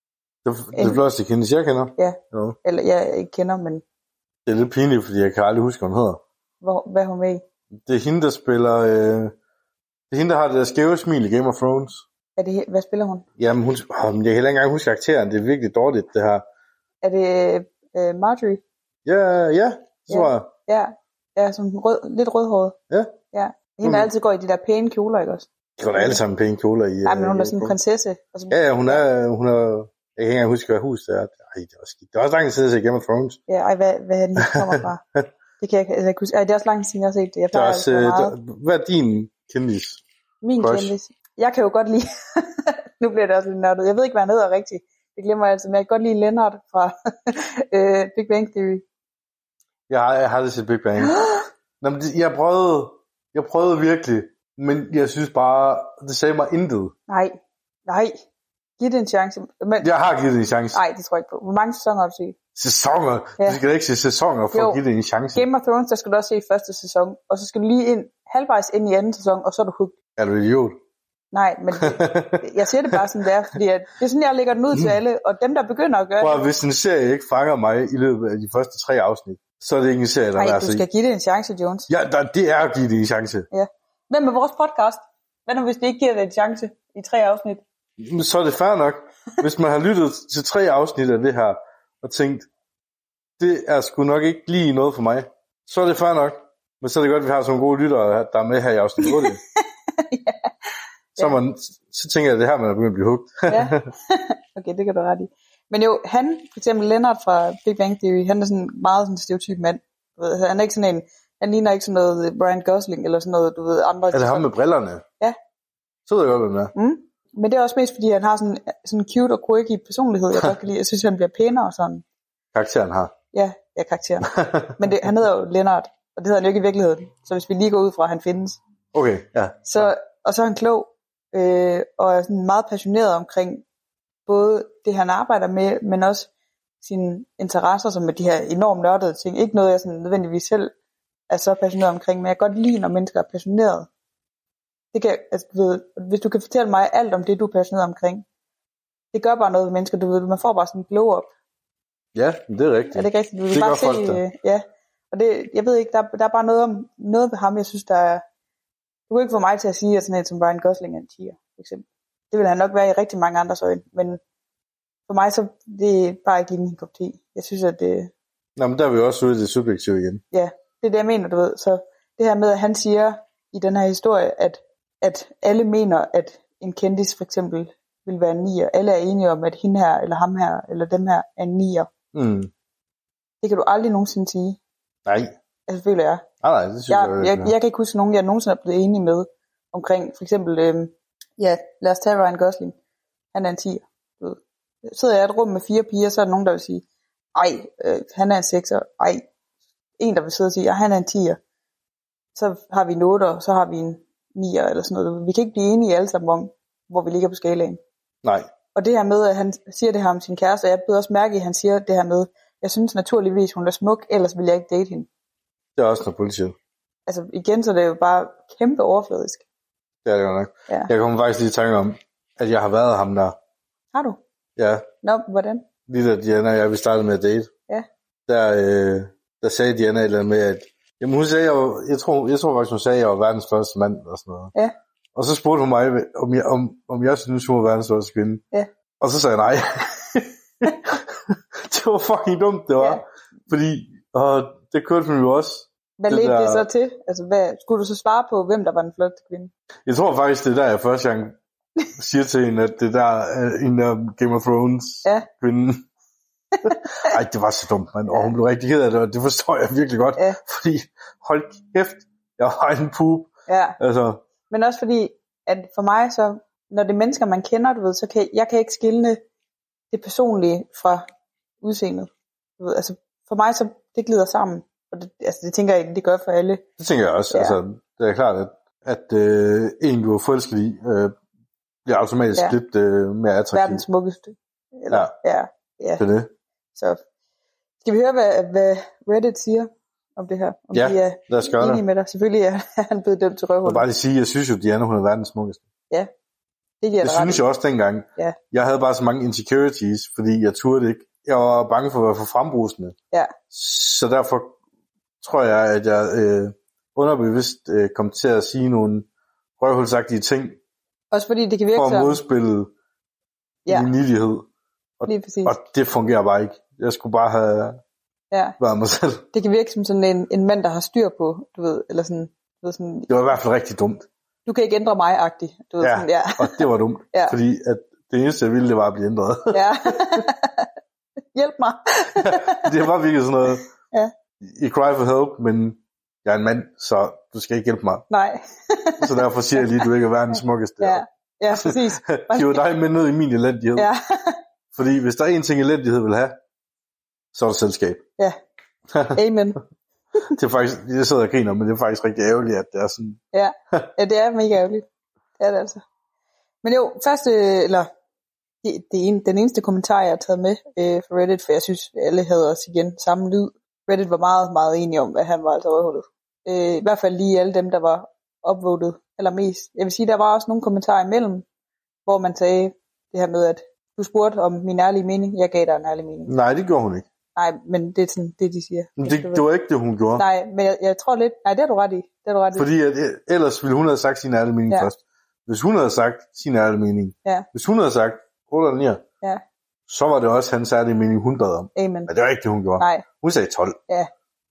Det flotteste kendis, jeg kender? Ja. Eller jeg ikke kender, men... Det er lidt pinligt, fordi jeg kan aldrig huske, hvad hun hedder. Hvad er hun med i? Det er hende, der spiller... det er hende, der har det der skæve smil i Game of Thrones. Hvad spiller hun? Jamen, jeg kan heller ikke engang huske karakteren. Det er virkelig dårligt, det her. Er det Marjorie? Ja, tror jeg. Ja, som lidt rødhåret. Ja. Hende, der altid går i de der pæne kjoler, ikke også? De går da alle sammen pæne kjoler i... Nej, men hun er sådan en prinsesse. Ja, hun er... Jeg kan ikke engang huske, hvad hus det er. Ej, det er også skidt. Det er også lang tid siden Game of Thrones. Ja, hvad er den, der kommer fra? Det kan jeg ikke huske. Det er også lang tid siden, jeg har set det. Det er også, hvad er din kendis? Min kendis? Jeg kan jo godt lide... Nu bliver det også lidt nørdet. Jeg ved ikke, hvad han hedder rigtigt. Det glemmer jeg altid, men jeg kan godt lide Leonard fra Big Bang Theory. Jeg har aldrig set Big Bang. Nå, men jeg prøvede virkelig, men jeg synes bare, det sagde mig intet. Nej. Giv det en chance. Men... Jeg har givet det en chance. Nej, det tror jeg ikke på. Hvor mange sæsoner har du set? Sæsoner? Ja. Du skal da ikke se sæsoner for at give det en chance. Game of Thrones, der skal du også se første sæson, og så skal du lige halvvejs ind i anden sæson, og så er du hooked. Er du idiot? Nej, men jeg siger det bare sådan der, fordi det er sådan, jeg lægger den ud til alle, og dem, der begynder at gøre det... Hvis en serie ikke fanger mig i løbet af de første 3 afsnit, så er det ikke en serie, der er værd at se. Nej, du skal give det en chance, Jones. Ja, det er at give det en chance. Ja. Hvad med vores podcast? Hvad nu, hvis vi ikke giver det en chance i 3 afsnit? Så er det fair nok. Hvis man har lyttet til 3 afsnit af det her, og tænkt, det er sgu nok ikke lige noget for mig, så er det fair nok. Men så er det godt, at vi har sådan nogle gode lyttere, der er med her i afsnit 8. Ja. Så tænker jeg, at det her, man er begyndt at blive hugt. Ja. Okay, det kan du ret i. Men jo, han, for eksempel Leonard fra Big Bang Theory, han er sådan meget sådan en stereotyp mand. Han er ikke sådan en, han ligner ikke sådan noget Ryan Gosling, eller sådan noget, du ved, andre. Er det ham med brillerne? Ja. Så ved jeg godt, hvem det er. Men det er også mest, fordi han har sådan en cute og quirky personlighed, jeg godt kan lide. Jeg synes, han bliver pænere og sådan. Karakteren har? Ja, karakteren. Men han hedder jo Leonard, og det hedder han jo ikke i virkeligheden. Så hvis vi lige går ud fra, at han findes. Okay, ja. Og så er han klog, og er sådan meget passioneret omkring både det, han arbejder med, men også sine interesser, som er de her enormt nørdede ting. Ikke noget, jeg sådan nødvendigvis selv er så passioneret omkring, men jeg kan godt lide, når mennesker er passionerede. Det kan, altså, hvis du kan fortælle mig alt om det, du er passioneret omkring, det gør bare noget ved mennesker, du ved, man får bare sådan en glow up. Ja, det er rigtigt. Ja, det er rigtigt. Du det bare se, ja. Og det, jeg ved ikke, der er bare noget ved ham, jeg synes, der er... Du kan ikke få mig til at sige, at sådan en som Ryan Gosling er en tier, for eksempel. Det vil han nok være i rigtig mange andres øjne, men for mig så det er bare ikke lige min kop te. Jeg synes, at det... Nå, men der er vi også ude i det subjektive igen. Ja, det er det, jeg mener, du ved. Så det her med, at han siger i den her historie, at alle mener, at en kendis for eksempel vil være en nier. Alle er enige om, at hende her, eller ham her, eller dem her er en nier. Det kan du aldrig nogensinde sige. Nej. Altså, føler jeg. Nej, det synes jeg kan ikke huske nogen, jeg nogensinde er blevet enig med omkring, for eksempel, lad os tage Ryan Gosling. Han er en 10'er. Sidder jeg i et rum med 4 piger, så er der nogen, der vil sige, han er en 6'er. En, der vil sidde og sige, han er en 10'er. Så har vi en 8'er, så har vi en 9'er, eller sådan noget. Vi kan ikke blive enige alle sammen om, hvor vi ligger på skalaen. Nej. Og det her med, at han siger det her om sin kæreste, og jeg beder også mærke, at han siger det her med, jeg synes naturligvis, hun er smuk, ellers vil jeg ikke date hende. Det er også noget bullshit. Altså igen, så det er jo bare kæmpe overfladisk. Det er det jo nok. Ja. Jeg kommer faktisk lige i tanke om, at jeg har været ham der. Har du? Ja. Nå, hvordan? Lige da Diana og jeg startede med at date. Ja. Der sagde Diana et eller andet med, at jamen, hun sagde, jeg tror faktisk, hun sagde, at jeg var verdens første mand, og sådan noget. Ja. Og så spurgte hun mig, om jeg synes, hun var verdens første kvinde. Ja. Og så sagde jeg nej. Det var fucking dumt, det var. Ja. Fordi, det kørte hun jo også. Hvad ledte det så til? Altså, skulle du så svare på, hvem der var den flotte kvinde? Jeg tror faktisk, det er der, jeg første gang siger til hende, at det der er en af Game of Thrones kvinden. Ej, det var så dumt, man. Og hun blev rigtig ked af det, og det forstår jeg virkelig godt. Ja. Fordi, hold kæft, jeg var en pup. Ja. Altså, Men også fordi, at for mig, så, når det er mennesker, man kender, du ved, så kan jeg ikke skille det personlige fra udseendet. Du ved, altså, for mig, så det glider sammen. Og det tænker jeg, det gør for alle. det tænker jeg også. Ja. Altså, det er klart, at en, du er forelsket i, bliver automatisk lidt mere attraktiv. Verdens smukkeste. Eller, ja. Det er det. Så skal vi høre, hvad Reddit siger om det her? Om de er lad os gøre enige det. med dig. Selvfølgelig er han blevet dømt til røvhul. Jeg vil bare lige sige, jeg synes jo, Diana, hun er verdens smukkeste. Ja, det giver det synes jeg også dengang. Ja. Jeg havde bare så mange insecurities, fordi jeg turde ikke. Jeg var bange for at være for frembrusende. Ja. Så derfor tror jeg, at jeg underbevidst kom til at sige nogle røvhulsagtige ting. Også fordi det kan virke for at modspille min nidighed. Og det fungerer bare ikke. Jeg skulle bare have været mig selv. Det kan virke som sådan en mand, der har styr på, du ved, eller sådan, du ved, sådan. Det var i hvert fald rigtig dumt. Du kan ikke ændre mig-agtigt. Du ved, sådan, og det var dumt. Fordi at det eneste, jeg ville, det var at blive ændret. Ja. Hjælp mig. Det var virkelig sådan noget. Ja. I cry for help, men jeg er en mand, så du skal ikke hjælpe mig. Nej. Så derfor siger jeg lige, at du ikke er verdens smukkeste. Ja, præcis. Giver dig med ned i min elendighed. Ja. Fordi hvis der er en ting, elendighed vil have, så er det selskab. Ja. Amen. Det er faktisk, jeg sidder og griner, men det er faktisk rigtig ærgerligt, at det er sådan. Ja, det er mega ærgerligt. Det er det altså. Men jo, den eneste kommentar, jeg har taget med for Reddit, for jeg synes, alle havde også igen samme lyd. Reddit var meget, meget enige om, at han var altså overhullet. I hvert fald lige alle dem, der var upvotet allermest. Jeg vil sige, der var også nogle kommentarer imellem, hvor man sagde det her med, at du spurgte om min ærlige mening, jeg gav dig en ærlig mening. Nej, det gjorde hun ikke. Nej, men det er sådan det, de siger. Det var ikke det, hun gjorde. Nej, men jeg tror lidt, nej, det er du ret i. Fordi ellers ville hun have sagt sin ærlige mening først. Hvis hun havde sagt sin ærlige mening, hvis hun havde sagt 8 eller 9, så var det også hans ærlige mening, hun bad om. Amen. Men det var ikke det, hun gjorde. Nej. Hun sagde 12. Ja.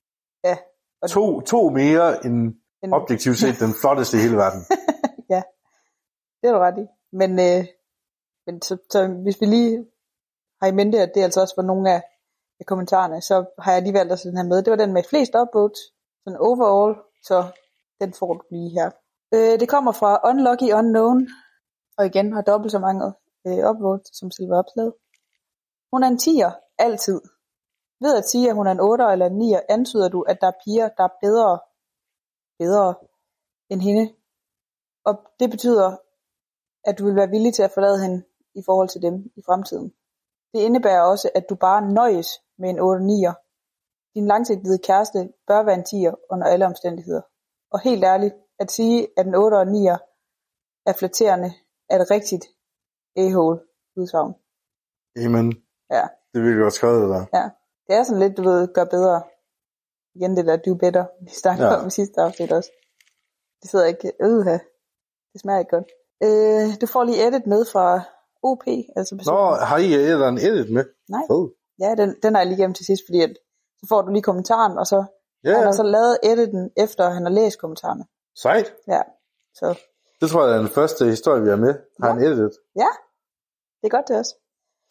To mere end objektivt set den flotteste i hele verden. Ja, det er du ret i. Men så hvis vi lige har i mente, at det altså også var nogle af kommentarerne, så har jeg lige valgt at sætte den her med. Det var den med flest upvotes, sådan overall, så den får du lige her. Det kommer fra Unlucky Unknown, og igen har dobbelt så mange upvotes, som selve opslaget. Hun er en 10'er, altid. Ved at sige, at hun er en 8'er eller en 9'er, antyder du, at der er piger, der er bedre end hende. Og det betyder, at du vil være villig til at forlade hende i forhold til dem i fremtiden. Det indebærer også, at du bare nøjes med en 8-9'er. Din langsigtede kæreste bør være en 10'er under alle omstændigheder. Og helt ærligt, at sige, at en 8'er og 9'er er flatterende, er et rigtigt a-hole udsagn. Amen. Ja. Det vil godt skrevet der. Ja. Det er sådan lidt, du ved, gør bedre. Igen det der do better, vi startede om i sidste afsnit også. Det sidder ikke, det smager ikke godt. Du får lige edit med fra OP, altså personen. Nå, har I en edit med? Nej. Ja, den har jeg lige gennem til sidst, fordi at, så får du lige kommentaren, og så han har så lavet editen, efter han har læst kommentarerne. Sejt. Ja, så. Det tror jeg er den første historie, vi har med. Har han editet? Ja, det er godt det også.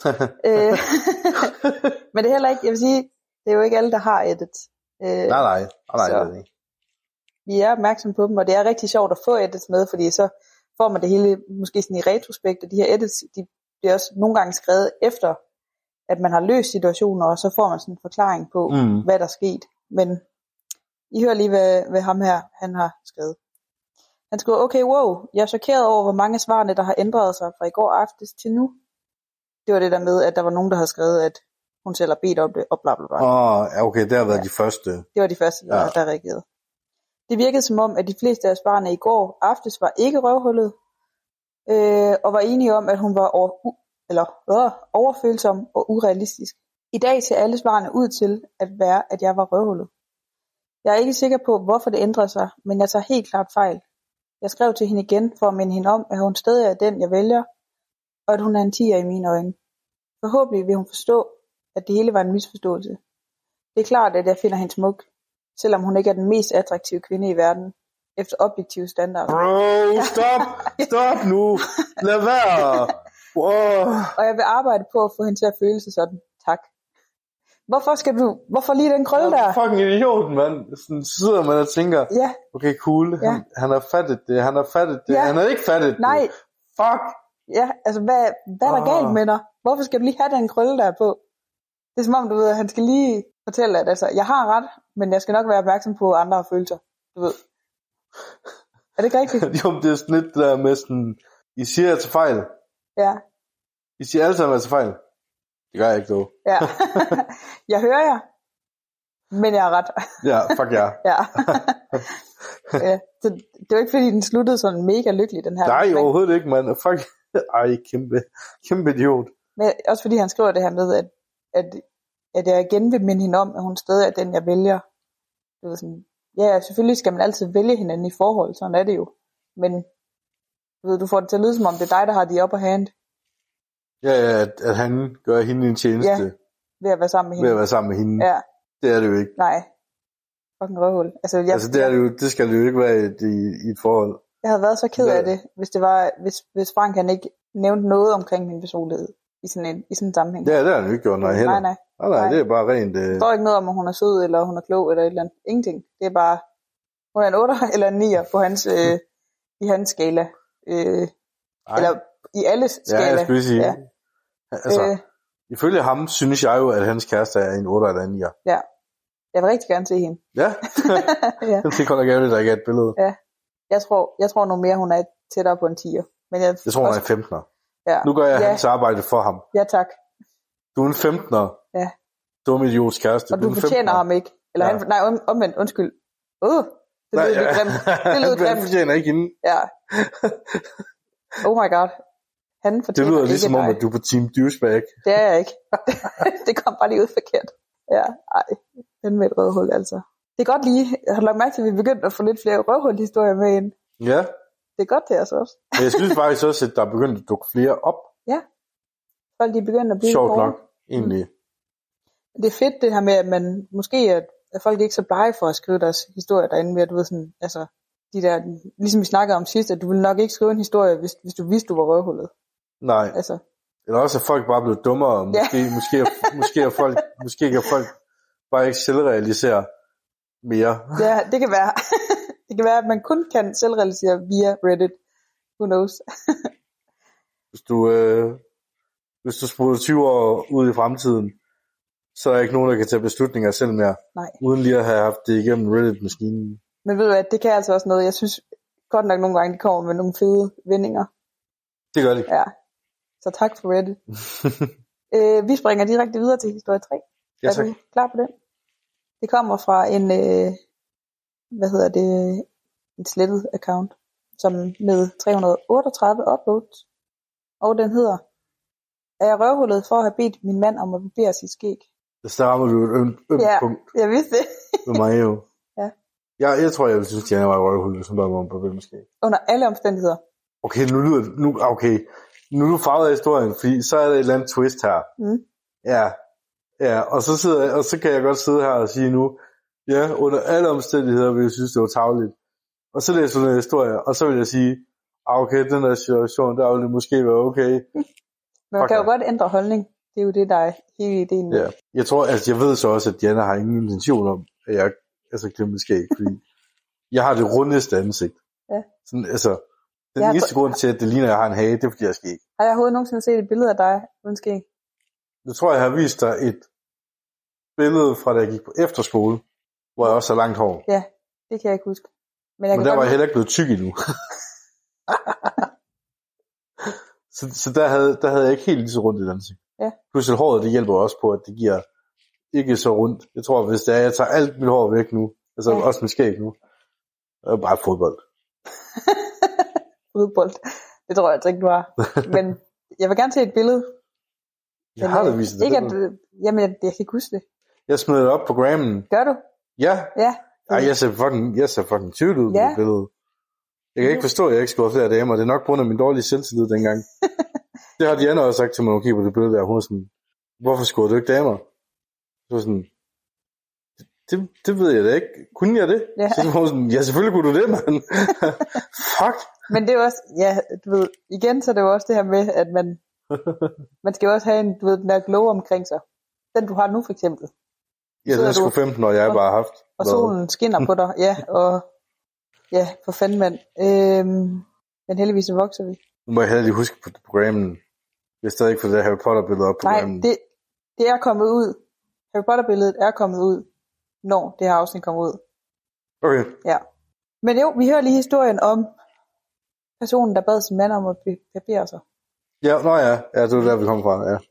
Men det er heller ikke, jeg vil sige, det er jo ikke alle, der har edit. Nej, det er det ikke. Vi er opmærksomme på dem, og det er rigtig sjovt at få edits med, fordi så får man det hele måske sådan i retrospekt, og de her edits, de bliver også nogle gange skrevet efter, at man har løst situationer, og så får man sådan en forklaring på, hvad der er sket. Men I hører lige, hvad ham her, han har skrevet. Han skriver, okay, wow, jeg er chokeret over, hvor mange svarene, der har ændret sig fra i går aftes til nu. Det var det der med, at der var nogen, der havde skrevet, at hun selv har bedt om det, og bla bla bla. Okay, det har været de første. Det var de første, der reagerede. Det virkede som om, at de fleste af svarene i går aftes var ikke røvhullet, og var enige om, at hun var overfølsom og urealistisk. I dag ser alle svarene ud til at være, at jeg var røvhullet. Jeg er ikke sikker på, hvorfor det ændrede sig, men jeg tager helt klart fejl. Jeg skrev til hende igen for at minde hende om, at hun stadig er den, jeg vælger, og at hun er en 10'er i mine øjne. Forhåbentlig vil hun forstå, at det hele var en misforståelse. Det er klart, at jeg finder hende smuk, selvom hun ikke er den mest attraktive kvinde i verden, efter objektive standarder. Bro, stop nu, lad være. Wow. Og jeg vil arbejde på at få hende til at føle sig sådan. Tak. Hvorfor lige den krølle der? Fucking idiot, mand. Sådan sidder man og tænker, Ja. okay, cool, Ja. han har fattet det, Ja. han har ikke fattet Nej. det. Fuck. Ja, altså hvad er der galt med dig? Hvorfor skal du lige have den krølle der på? Det er som om, du ved, at han skal lige fortælle, at altså, jeg har ret, men jeg skal nok være opmærksom på, at andre har følelser. Du ved. Er det ikke rigtigt? Jo, det er sådan lidt der med sådan, I siger, jeg tager fejl. Ja. I siger alle sammen, at jeg tager fejl. Det gør jeg ikke dog. Ja. Jeg hører jer, men jeg har ret. Ja, fuck ja. Ja. Ja. Så det var ikke fordi, den sluttede sådan mega lykkelig, den her. Nej, overhovedet ikke, mand. Fuck. Ej, kæmpe idiot. Men også fordi han skriver det her med, at jeg igen vil minde hende om, at hun stadig er den, jeg vælger. Det var sådan, ja, selvfølgelig skal man altid vælge hinanden i forhold, sådan er det jo. Men du får det til at lyde som om, det er dig, der har de upper hand. Ja, at han gør hende en tjeneste. Ja, ved at være sammen med hende. Ved at være sammen med hende. Ja. Det er det jo ikke. Nej. Fucking røvhul. Altså, det er det jo, det skal det jo ikke være i et forhold. Jeg havde været så ked af det, hvis Frank han ikke nævnte noget omkring min personlighed i sådan en sammenhæng. Ja, det har han jo ikke gjort, nej heller. Nej, det er bare rent... Der står ikke noget om, at hun er sød, eller hun er klog, eller et eller andet. Ingenting. Det er bare, hun er en 8 eller en 9'er på hans, i hans skala. Eller i alles skala. Ja, jeg skulle sige. Ja. Altså, ifølge ham, synes jeg jo, at hans kæreste er en 8 eller en 9'er. Ja. Jeg vil rigtig gerne se hende. Ja? Ja. Det er godt nok ærgerligt, at der ikke er et billede. Ja. Jeg tror nu mere, hun er tættere på en 10'er. Men jeg tror, hun er 15'er. Ja. Nu gør jeg hans arbejde for ham. Ja, tak. Du er en 15'er. Ja. Dum idiots kæreste. Og du fortjener ham ikke. Eller ja. nej, omvendt, undskyld. Det lød lidt grimt. Det lød grimt. Han fortjener ikke hende. Ja. Oh my god. Han fortjener det lyder ikke ligesom dig. om, at du er på Team Douchebag. Det er jeg ikke. Det kom bare lige ud forkert. Ja, ej. Den med et røvhul, altså. Det er godt lige. Jeg har lagt mærke til, at vi er begyndt at få lidt flere røvhul-historier med ind. Ja. Det er godt til os også. Men jeg synes faktisk også, at der er begyndt at dukke flere op. Ja. Folk de er begyndt at blive sjovt nok, egentlig. Det er fedt det her med, at man måske at folk ikke er så blege for at skrive deres historier derinde, ved at du ved sådan, altså, de der, ligesom vi snakkede om sidst, at du ville nok ikke skrive en historie, hvis du vidste, du var røvhullet. Nej. Altså. Eller også er folk bare blevet dummere. Måske kan folk bare ikke selvrealisere mere. Ja, det kan være. Det kan være, at man kun kan selvrealisere via Reddit. Who knows? Hvis du spoler 20 år ud i fremtiden, så er der ikke nogen, der kan tage beslutninger selv mere. Nej. Uden lige at have haft det igennem Reddit-maskinen. Men ved du hvad, det kan altså også noget. Jeg synes godt nok nogle gange, de kommer med nogle fede vendinger. Det gør de. Ja. Så tak for Reddit. Vi springer direkte videre til historie 3. Ja, tak. Er du klar på den? Det kommer fra en, en slettet account, som med 338 uploads. Og den hedder, er jeg røvhullet for at have bedt min mand om at barbere sit skæg? Der rammer du et ømt punkt. Jeg vidste det. For mig jo. Ja. Jeg tror, jeg vil synes, at Diana var røvhullet, som der var på barbere mit skæg. Under alle omstændigheder. Okay, nu er du farvet af historien, fordi så er der et eller andet twist her. Mm. Ja, og så kan jeg godt sidde her og sige nu, ja, under alle omstændigheder vil jeg synes, det var tarveligt. Og så læser du den historie, og så vil jeg sige, okay, den der situation, der vil det måske være okay. Men man kan jo godt ændre holdning. Det er jo det, der er hele ideen. Ja. Jeg ved så også, at Diana har ingen intention om, at jeg glemmer mit skæg, fordi jeg har det rundeste ansigt. Ja. Sådan, altså, den eneste grund til, at det ligner, at jeg har en hage, det er, fordi jeg har skæg. Har jeg overhovedet nogensinde set et billede af dig uden skæg? Jeg tror, jeg har vist dig et billede fra, da jeg gik på efterskole, hvor jeg også har langt hår. Ja, det kan jeg ikke huske. Men der var jeg heller ikke blevet tyk endnu. så der havde jeg ikke helt lige så rundt i ansigt. Ja. Pludselig håret, det hjælper også på, at det giver ikke så rundt. Jeg tror, hvis det er, jeg tager alt mit hår væk nu, altså også mit skæg nu, det er bare fodbold. Fodbold. Det tror jeg altså ikke, du har. Men jeg vil gerne se et billede. Jeg har da vist det. Ikke at, jamen, jeg kan ikke huske det. Jeg smider det op på Grammen. Gør du? Ja. Ja. Ej, jeg ser fucking tydeligt ud på det billede. Jeg kan ikke forstå, at jeg ikke skulle have flere damer. Det er nok på grund af min dårlige selvtillid dengang. Det har Diana også sagt til mig, når hun kigger på det billede der. Hun er sådan, hvorfor skulle du ikke damer? Så sådan, det ved jeg da ikke. Kunne jeg det? Ja. Så var hun sådan, ja, selvfølgelig kunne du det, mand. Fuck. Men det er også, ja, du ved, igen så er det jo også det her med, at man skal jo også have en, du ved, den der glow omkring sig. Den du har nu for eksempel. Ja, den er sgu 15 år, jeg har bare haft. Og solen skinner på dig, ja, og ja, for fanden mand. Men heldigvis så vokser vi. Nu må jeg heller lige huske på programmen. Jeg er stadig ikke for det Harry Potter-billede op på programmen. Nej, det er kommet ud. Harry Potter-billedet er kommet ud, når det her afsnit kommer ud. Okay. Ja. Men jo, vi hører lige historien om personen, der bad sin mand om at barbere sig. Ja, ja, det var der, vi kom fra, ja.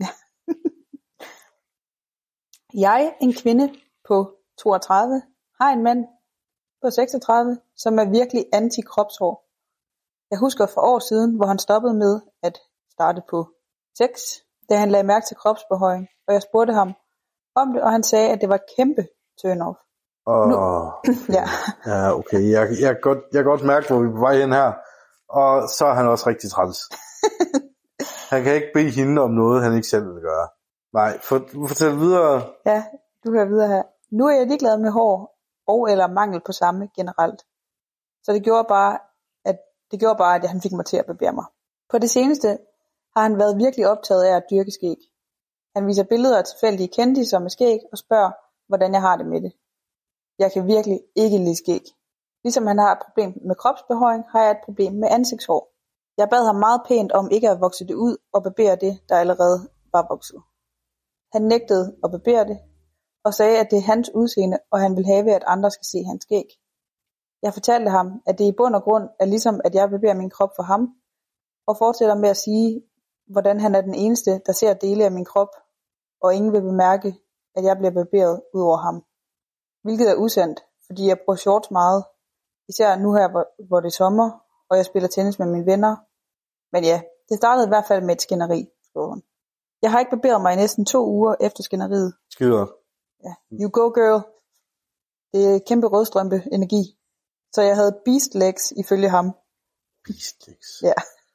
Jeg, en kvinde på 32, har en mand på 36, som er virkelig anti-kropshår. Jeg husker for år siden, hvor han stoppede med at starte på sex, da han lagde mærke til kropsbehøjning, og jeg spurgte ham om det, og han sagde, at det var kæmpe turn-off. Ja. Ja, okay. Jeg kan godt mærke, hvor vi er på vej hen her, og så er han også rigtig træls. Han kan ikke bede hende om noget, han ikke selv vil gøre. Nej, fortæl videre. Ja, du hører videre her. Nu er jeg ligeglad med hår og eller mangel på samme generelt. Så det gjorde bare, at han fik mig til at barbere mig. På det seneste har han været virkelig optaget af at dyrke skæg. Han viser billeder af tilfældige kendiser med skæg og spørger, hvordan jeg har det med det. Jeg kan virkelig ikke lide skæg. Ligesom han har et problem med kropsbehøjning, har jeg et problem med ansigtshår. Jeg bad ham meget pænt om ikke at vokse det ud og barbere det, der allerede var vokset. Han nægtede at barbere det, og sagde, at det er hans udseende, og han vil have, at andre skal se hans skæg. Jeg fortalte ham, at det i bund og grund er ligesom, at jeg barberer min krop for ham, og fortsætter med at sige, hvordan han er den eneste, der ser dele af min krop, og ingen vil bemærke, at jeg bliver barberet ud over ham. Hvilket er usandt, fordi jeg bruger shorts meget, især nu her, hvor det er sommer, og jeg spiller tennis med mine venner. Men ja, det startede i hvert fald med et skænderi, skriver hun. Jeg har ikke barberet mig i næsten 2 uger efter skænderiet. Skider. Ja, you go girl. Det er kæmpe rødstrømpe energi. Så jeg havde beast legs ifølge ham. Beast legs? Ja.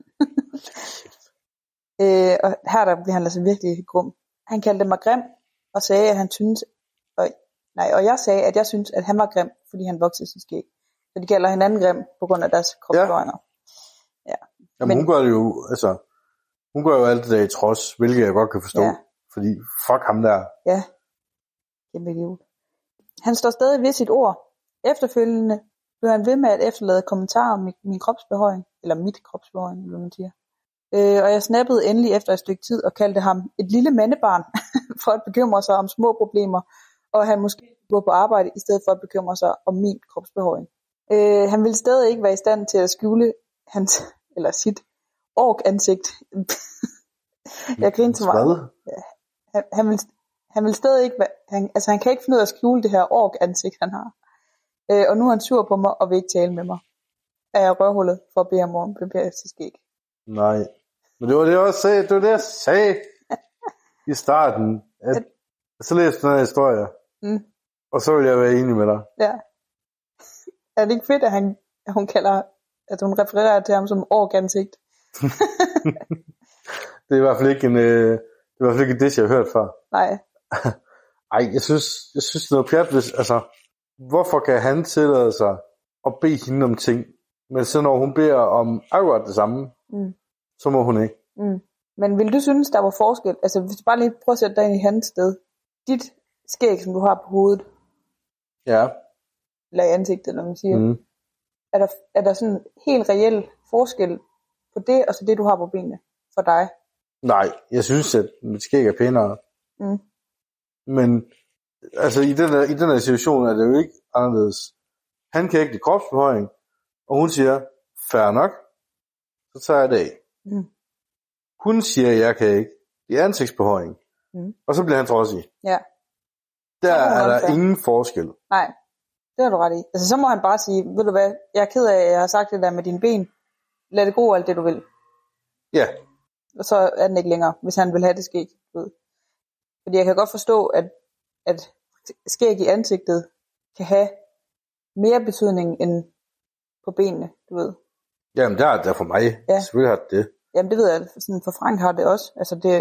Og her der bliver han altså virkelig grum. Han kaldte mig grim, og sagde, at han synes... Og jeg sagde, at jeg synes, at han var grim, fordi han voksede sin skæg. Så de kalder hinanden grim, på grund af deres kropsbøjninger. Ja. Jamen, hun gør jo alt det der i trods, hvilket jeg godt kan forstå. Ja. Fordi fuck ham der. Ja. Kæmpe idiot. Han står stadig ved sit ord. Efterfølgende blev han ved med at efterlade kommentarer om min kropsbehøjning, eller mit kropsbehøjning, hvad man siger. Og jeg snappede endelig efter et stykke tid og kaldte ham et lille mandebarn, for at bekymre sig om små problemer, og han måske gå på arbejde, i stedet for at bekymre sig om min kropsbehøjning. Han ville stadig ikke være i stand til at skjule hans, eller sit ork-ansigt. Jeg griner så meget. Han vil stadig ikke han kan ikke finde ud af at skjule det her ork-ansigt, han har. Og nu er han sur på mig, og vil ikke tale med mig. Er jeg røvhullet for at bede ham om at barbere sit skæg? Nej. Men det var det, jeg sagde i starten. Så læste den her historie. Og så vil jeg være enig med dig. Ja. Er det ikke fedt, at hun kalder, at hun refererer til ham som ork-ansigt? Det er i hvert fald ikke det, jeg har hørt før. Nej. Ej, jeg synes noget pjat, hvis, hvorfor kan han tillade sig at bede hende om ting, men så når hun beder om akkurat det samme, så må hun ikke. Men vil du synes, der var forskel? Altså, hvis du bare lige prøver at sætte dig ind i hans sted. Dit skæg, som du har på hovedet. Ja. Eller i ansigtet, når man siger. Er der sådan helt reel forskel på det, og så det, du har på benene for dig? Nej, jeg synes, at mit skæg er pænere. Men i den her situation er det jo ikke anderledes. Han kan ikke lide kropsbehøjning, og hun siger, fair nok, så tager jeg det af. Hun siger, jeg kan ikke. Det er ansigtsbehøjning. Og så bliver han trodsig. Ja. Der er der ingen forskel. Nej, det har du ret i. Altså så må han bare sige, ved du hvad, jeg er ked af, at jeg har sagt det der med dine ben. Lad det gå alt det, du vil. Ja. Og så er den ikke længere, hvis han vil have det skæg. Fordi jeg kan godt forstå, at skæg i ansigtet kan have mere betydning end på benene, du ved. Jamen, der er det for mig. Ja. Selvfølgelig har det. Jamen, det ved jeg. Sådan for Frank har det også. Altså, det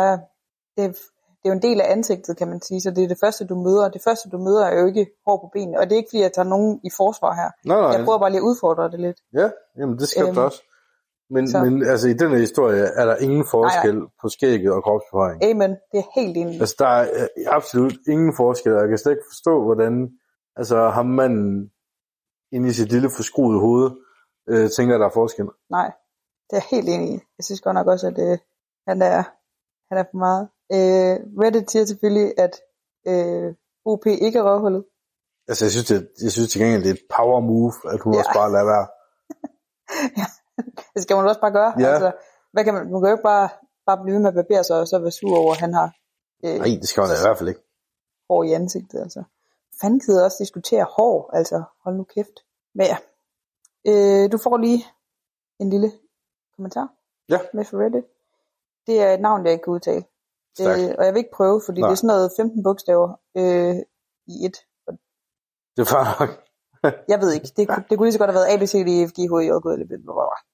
er jo en del af ansigtet, kan man sige. Så det er det første, du møder. Det første, du møder, er jo ikke hår på benene. Og det er ikke, fordi jeg tager nogen i forsvar her. Nej. Jeg prøver bare lige at udfordre det lidt. Ja, jamen det skal du også. Men altså i den her historie er der ingen forskel på skægget og kropsbevaring. Amen, det er helt enig. Altså der er absolut ingen forskel, og jeg kan slet ikke forstå, hvordan altså ham manden inde i sit lille forskruede hoved tænker, der er forskel. Nej, det er helt enig i. Jeg synes godt nok også, at han er for meget. Reddit siger selvfølgelig, at OP ikke er røvhullet. Altså jeg synes til gengæld, det er et power move, at hun også bare lader være. Ja, det skal man også bare gøre. Ja. Altså, hvad kan man kan jo ikke bare blive ved med at barbere sig, og så være sur over, at han har Nej, det skal man da i hvert fald ikke. hår i ansigtet. Altså. Fanden gider også diskutere hår, altså hold nu kæft. Men ja, du får lige en lille kommentar med for Reddit. Det er et navn, jeg ikke kan udtale. Og jeg vil ikke prøve, fordi det er sådan noget 15 bogstaver i et. Det er fair nok. Jeg ved ikke. Det kunne lige så godt have været A, B, C, D, E, F, G, H, I, J, K, L, M, N,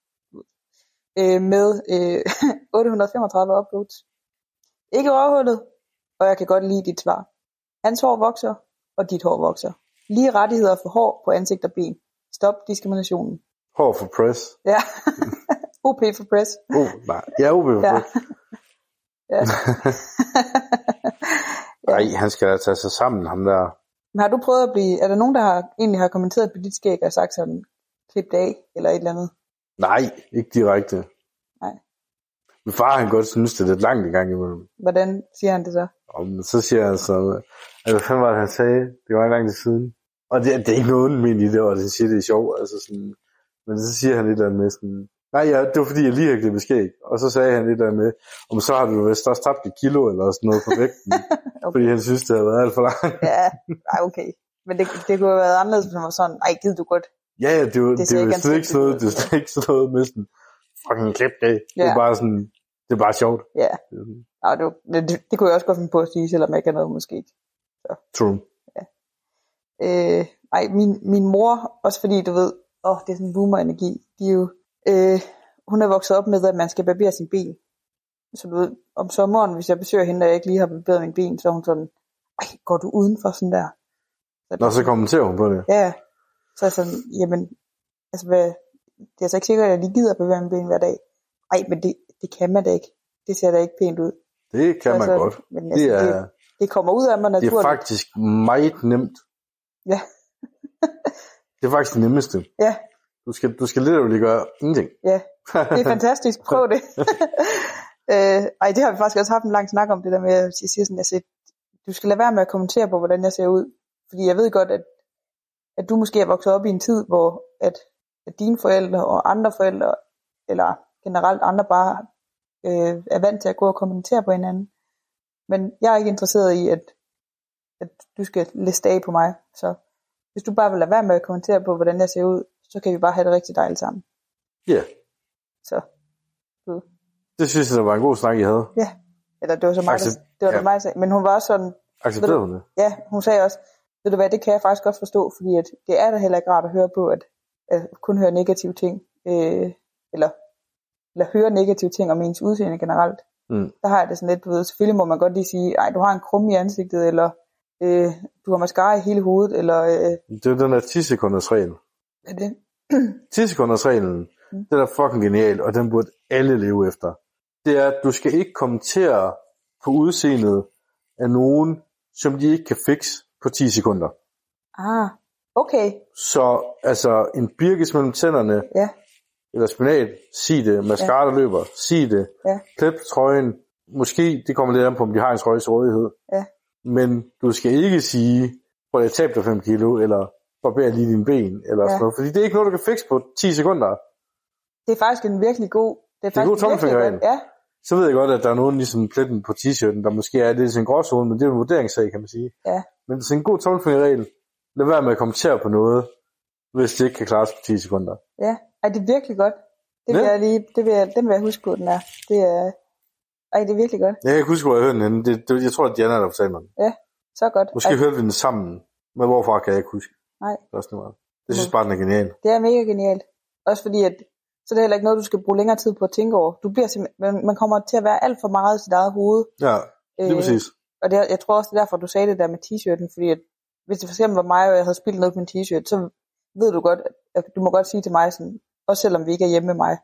med 835 uploads. Ikke overhullet, og jeg kan godt lide dit svar. Hans hår vokser, og dit hår vokser. Lige rettigheder for hår på ansigt og ben. Stop diskriminationen. Hår for press. Ja. OP for press. Nej. Ja, OP for press. Ja. Nej, han skal tage sig sammen, ham der. Men har du prøvet at blive... Er der nogen, der egentlig har kommenteret på dit skæg og sagt sådan, klip det af, eller et eller andet? Nej, ikke direkte. Nej. Min far, han godt synes, det er lidt langt i gang imellem. Hvordan siger han det så? Og så siger han så, hvad fanden var det, han sagde? Det var ikke lang tid siden. Og det er ikke noget ondt i det, og det siger, det er sjovt. Altså sådan, men så siger han lidt der med sådan, nej, ja, det var fordi, jeg lige havde klippet skæg. Og så sagde han lidt der med, om så har du vist også tabt et kilo, eller sådan noget på vægten. Okay. Fordi han synes, det havde været alt for langt. Ja, okay. Men det kunne have været anderledes, hvis man var sådan, ej, gider du godt? Ja, det var slet ikke sådan noget, det er slet ikke sådan noget med sådan, fucking klip det. Det er bare sådan, det er bare sjovt. Ja. Det kunne jeg også godt finde på at sige, selvom jeg ikke har noget måske ikke. Så. True. Ja. Min mor, også fordi du ved, det er sådan en boomer-energi, de er jo, hun er vokset op med, at man skal barbere sin ben. Så du ved, om sommeren, hvis jeg besøger hende, og jeg ikke lige har barberet min ben, så er hun sådan, ej, går du udenfor sådan der? Så kommenterer hun på det. Ja, så er jeg sådan, jamen, altså det er altså ikke sikkert, at jeg lige gider at barbere min ben hver dag. Ej, men det kan man da ikke. Det ser da ikke pænt ud. Det kan man godt. Men altså, det kommer ud af mig naturligt. Det er faktisk meget nemt. Ja. Det er faktisk det nemmeste. Ja. Du skal literally gøre ingenting. Ja, det er fantastisk. Prøv det. Det har vi faktisk også haft en lang snak om, det der med, at jeg siger sådan, altså, du skal lade være med at kommentere på, hvordan jeg ser ud. Fordi jeg ved godt, at du måske er vokset op i en tid, hvor at dine forældre og andre forældre, eller generelt andre bare er vant til at gå og kommentere på hinanden. Men jeg er ikke interesseret i, at du skal liste af på mig. Så hvis du bare vil lade være med at kommentere på, hvordan jeg ser ud, så kan vi bare have det rigtig dejligt sammen. Ja. Yeah. Så. Det synes jeg, det var en god snak, I havde. Ja. Eller det var så mig, det var mig, der sagde. Men hun var også sådan... Accepterede hun det? Ja, hun sagde også, ved du hvad, det kan jeg faktisk godt forstå, fordi at det er da heller ikke rart at høre på, at kun høre negative ting, eller høre negative ting om ens udseende generelt. Der har jeg det sådan lidt, du ved, selvfølgelig må man godt lige sige, ej, du har en krumme i ansigtet, eller du har mascara i hele hovedet, eller... Det er den der 10 sekunders regel. Hvad er det? 10 sekunders reglen, det er fucking genial, og den burde alle leve efter. Det er, at du skal ikke kommentere på udseendet af nogen, som de ikke kan fikse på 10 sekunder. Ah, okay. Så altså en birkes mellem tænderne, eller spinat, sig det, mascara der løber, sig det, klip trøjen, måske, det kommer lidt an på, om de har en trøje til rådighed, men du skal ikke sige, prøv at tabe dig 5 kilo, eller barber lige dine ben, eller sådan noget, fordi det er ikke noget, du kan fikse på 10 sekunder. Det er faktisk en virkelig god, det er god tommelfingerregel. Ja. Så ved jeg godt, at der er nogen ligesom pletten på t-shirten, der måske er lidt i en gråzone, men det er en vurderingssag, kan man sige. Ja. Men det er en god tommelfingerregel. Lad være med at kommentere på noget, hvis det ikke kan klares på 10 sekunder. Ja, det er virkelig godt. Den vil jeg huske på, den er. Det er virkelig godt. Jeg kan ikke huske, hvor jeg hørte den henne. Jeg tror, at Diana der fortalte mig den. Ja, så godt. Måske hørte vi den sammen, men hvorfra kan jeg ikke huske. Nej. Det synes bare, den er genial. Det er mega genialt. Også fordi, at så det er heller ikke noget, du skal bruge længere tid på at tænke over. Du bliver man kommer til at være alt for meget i sit eget hoved. Ja, lige præcis. Og jeg tror også, det er derfor, du sagde det der med t-shirten, fordi at, hvis det for eksempel var mig, og jeg havde spillet noget på min t-shirt, så ved du godt, at du må godt sige til mig sådan, også selvom vi ikke er hjemme med mig,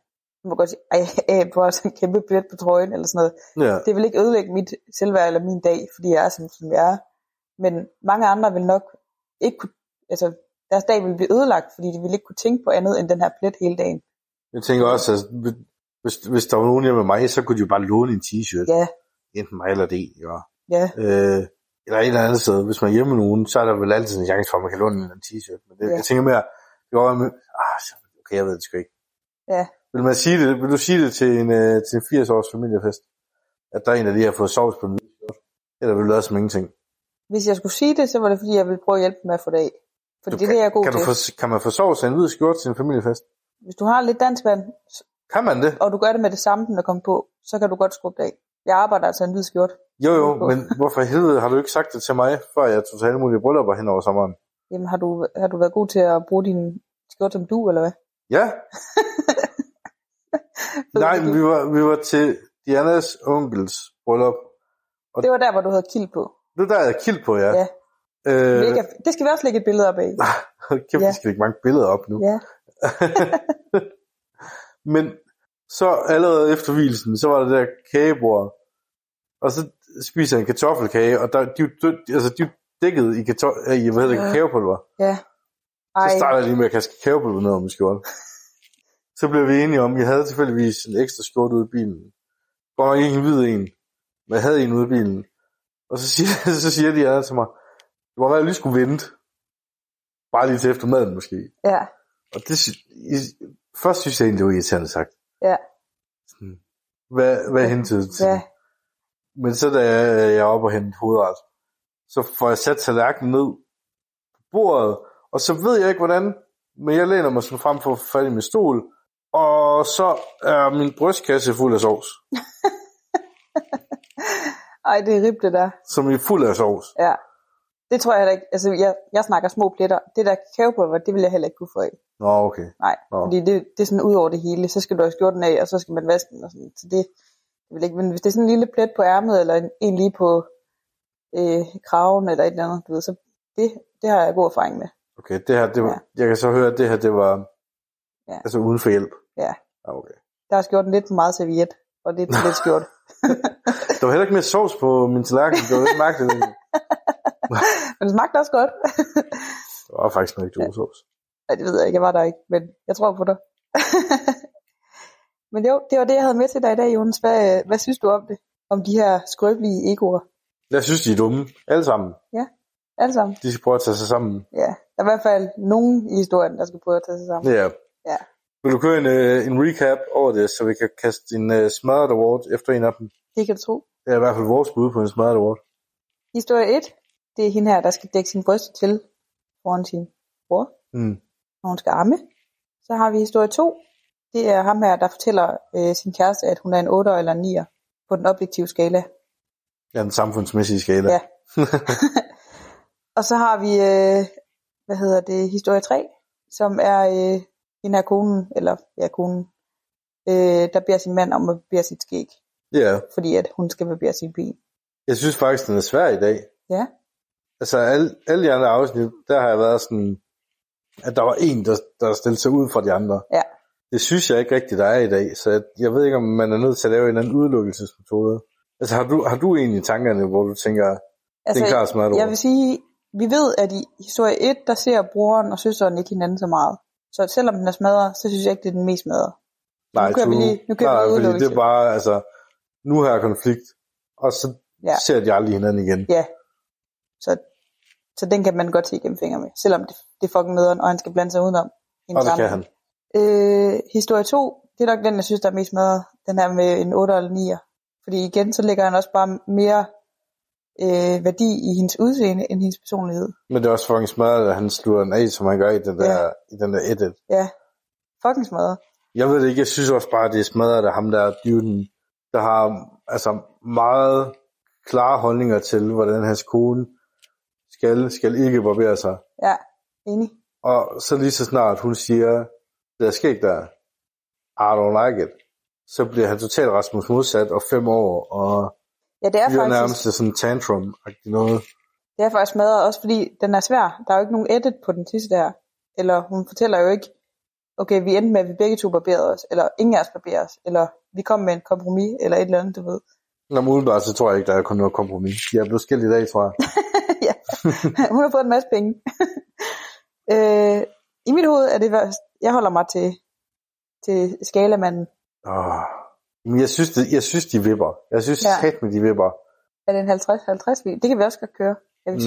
Du må godt sige, du har sådan en kæmpe plet på trøjen, eller sådan noget. Ja. Det vil ikke ødelægge mit selvværd eller min dag, fordi jeg er sådan, som jeg er. Men mange andre vil nok ikke kunne, altså deres dag vil blive ødelagt, fordi de vil ikke kunne tænke på andet end den her plet hele dagen. Jeg tænker også, at hvis der var nogen hjemme med mig, så kunne de jo bare låne en t-shirt. Ja. Enten mig eller det, ja. Ja. Eller et eller andet sted. Hvis man er hjemme med nogen, så er der vel altid en chance for, at man kan låne en t-shirt. Men det, jeg tænker mere, det var med, okay, jeg ved det sgu ikke. Ja. Vil du sige det til en 80-års familiefest? At der er en af de har fået sovs på den hvide skjorte? Eller vil du lade som ingenting? Hvis jeg skulle sige det, så var det fordi, jeg ville prøve at hjælpe med at få det af. Fordi det er jeg er god til. Kan man få sovs af en hvid skjorte til en familiefest? Hvis du har lidt dansk vand, kan man det? Og du gør det med det samme, den er kommet på, så kan du godt skrubbe det af. Jeg arbejder altså en hvid skjorte. Jo, men hvorfor i helvede har du ikke sagt det til mig, før jeg tog til alle mulige bryllupper hen over sommeren? Jamen, har du været god til at bruge din skjorte som du, eller hvad? Ja. Nej, men vi var til Dianas onkels bryllup. Og det var der, hvor du havde kild på. Det var der, jeg havde kild på, ja. Det skal vi også lægge et billede op af. Kæft, vi skal lægge mange billeder op nu. Ja. Men så allerede efter hvilesen, så var der der kagebord, og så spiser jeg en kartoffelkage, og de er dækket i kakaopulver. Ja. Så starter jeg lige med at kaste kakaopulver ned om min skjorte. Så blev vi enige om, at jeg havde tilfældigvis en ekstra skjorte ude i bilen. Godt nok ikke en hvid en, men jeg havde en ude i bilen. Og så siger de alle til mig, det var jeg lige skulle vente. Bare lige til eftermaden måske. Ja. Og det, først synes jeg egentlig, det var irriterende sagt. Ja. Hvad hentede til? Ja. Men så da jeg er oppe og hente hovedret, så får jeg sat tallerkenen ned på bordet, og så ved jeg ikke hvordan, men jeg læner mig sådan frem for at få fat i min stol, og så er min brystkasse fuld af sovs. Ej, det er ribbt det der. Som er fuld af sovs. Ja. Det tror jeg heller ikke. Altså, jeg snakker små pletter. Det der kakaopulver, det vil jeg heller ikke kunne få af. Nå, okay. Nej, fordi det er sådan ud over det hele. Så skal du have skjorten af, og så skal man vaske den og sådan. Så det vil ikke. Men hvis det er sådan en lille plet på ærmet, eller en lige på kraven, eller et eller andet, du ved, så det har jeg god erfaring med. Okay, det her, det var, jeg kan så høre, at det her, det var altså uden for hjælp. Ja. Okay. Der har skjorten lidt for meget serviet, og det er lidt skjort. Der var heller ikke mere sovs på min tallerken. Det var ikke mærkeligt. Men det smagte også godt. Det var faktisk en rigtig god sovs. Nej, det ved jeg ikke. Jeg var der ikke, men jeg tror på dig. Men jo, det var det, jeg havde med til dig i dag, Jonas. Hvad synes du om det? Om de her skrøbelige egoer? Jeg synes, de er dumme. Alle sammen. Ja, alle sammen. De skal prøve at tage sig sammen. Ja, der er i hvert fald nogen i historien, der skal prøve at tage sig sammen. Ja. Vil du køre en recap over det, så vi kan kaste en smadret award efter en af dem? Det kan du tro. Det er i hvert fald vores bud på en smadret award. Historie 1, det er hende her, der skal dække sin bryst til foran sin bror, når hun skal amme. Så har vi historie 2, det er ham her, der fortæller sin kæreste, at hun er en 8'er eller en 9'er på den objektive skala. Ja, den samfundsmæssige skala. Ja. Og så har vi, historie 3, som er hende her konen, der beder sin mand om at barbere sit skæg. Ja. Fordi at hun skal barbere sin ben. Jeg synes faktisk, den er svær i dag. Ja. Altså alle de andre afsnit, der har jeg været sådan, at der var en, der stillede sig ud fra de andre. Ja. Det synes jeg ikke rigtigt, der er i dag. Så jeg ved ikke, om man er nødt til at lave en anden udelukkelsesmetode. Altså har du egentlig i tankerne, hvor du tænker, det er en klar smadret ord? Jeg vil sige, vi ved, at i historie 1, der ser broren og søsteren ikke hinanden så meget. Så selvom den er smadret, så synes jeg ikke, det er den mest smadret. Nej, nu kører vi fordi det er bare, altså, nu har jeg konflikt, og så ser de aldrig hinanden igen. Ja, så den kan man godt se gennem fingre med, selvom det er fucking nederen, og han skal blande sig udenom. Og det kan han. Historie 2, det er nok den, jeg synes, der er mest smadret, den her med en 8 eller 9'er. Fordi igen, så lægger han også bare mere værdi i hendes udseende, end hendes personlighed. Men det er også fucking smadret, at han slutter den af, som han gør i den der edit. Ja, fucking smadret. Jeg ved det ikke, jeg synes også bare, at det er smadret af ham der dyden, der har altså meget klare holdninger til, hvordan hans kone skal ikke barbere sig. Ja, enig. Og så lige så snart hun siger, det er skægt der, I don't like it, så bliver han totalt Rasmus modsat og 5 år, og ja, det er faktisk nærmest sådan tantrum-agtigt noget. Det er faktisk smadret, også fordi den er svær. Der er jo ikke nogen edit på den sidste der. Eller hun fortæller jo ikke, okay, vi endte med, at vi begge to barberede os, eller ingen af os barberede os, eller vi kom med en kompromis, eller et eller andet, du ved. Nå, men udenbart, så tror jeg ikke, der er kun noget kompromis. Jeg er blevet skilt i dag, tror jeg. Ja, hun har fået en masse penge. I mit hoved er det, jeg holder mig til skalamanden. Men jeg synes, de vipper. Jeg synes, med de vipper. Er det en 50-50 vin? Det kan vi også godt køre.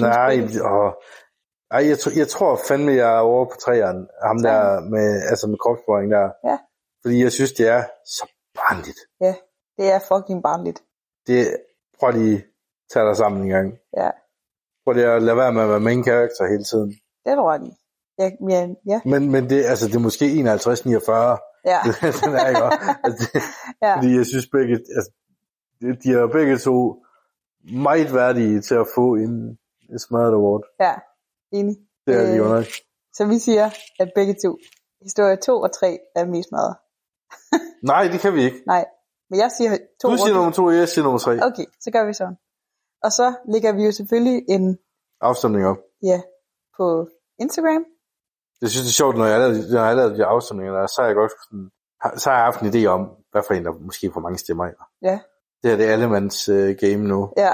Jeg tror fandme, jeg er over på træerne. Ham der med kropsbøjning der. Ja. Fordi jeg synes, det er så barnligt. Ja, det er fucking barnligt. Prøv lige tage dig sammen en gang. Ja. Prøv lige at lade være med at være main character hele tiden. Det er du ret i. Ja. Men det er måske 51-49. Ja. Den er ikke også. Fordi jeg synes begge, de er begge to meget værdige til at få en Smart Award. Ja, enig. Det er de jo nok. Så vi siger, at begge to, historie 2 og 3 er mest meget. Nej, det kan vi ikke. Nej, men jeg siger 2. Du siger nummer 2, jeg siger nummer 3. Okay, så gør vi sådan. Og så lægger vi jo selvfølgelig en afstemning op. Ja, på Instagram. Jeg synes, det er sjovt, når jeg har lavet de afstemninger der, så har jeg godt sådan, så har jeg haft en idé om, hvad for en, der måske får mange stemmer. Ja. Det her, det er allemands game nu. Ja.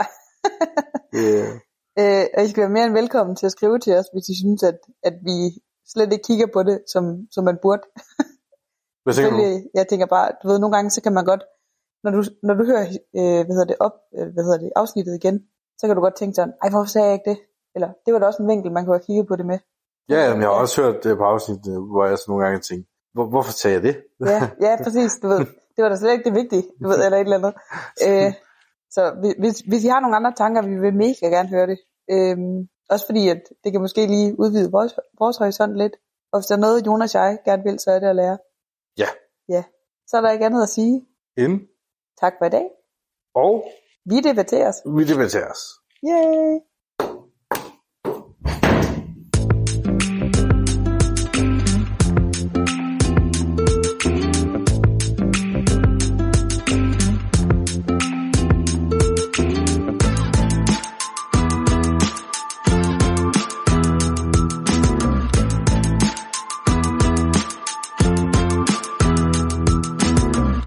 Og I skal være mere end velkommen til at skrive til os, hvis I synes, at vi slet ikke kigger på det, som man burde. Hvad tænker du? Jeg tænker bare, du ved, nogle gange, så kan man godt, når du hører, afsnittet igen, så kan du godt tænke sådan, ej, hvorfor sagde jeg ikke det? Eller, det var da også en vinkel, man kunne have kigget på det med. Ja, men jeg har også hørt det på afsnittet, hvor jeg så nogle gange tænkte, hvorfor sagde jeg det? ja, præcis, du ved. Det var da slet ikke det vigtige, du ved, eller et eller andet. Så hvis I har nogle andre tanker, vi vil mega gerne høre det. Også fordi, at det kan måske lige udvide vores horisont lidt. Og hvis der er noget, Jonas og jeg gerne vil, så er det at lære. Ja. Ja. Så er der ikke andet at sige. Tak for i dag. Og vi debatteres. Vi debatteres. Yay!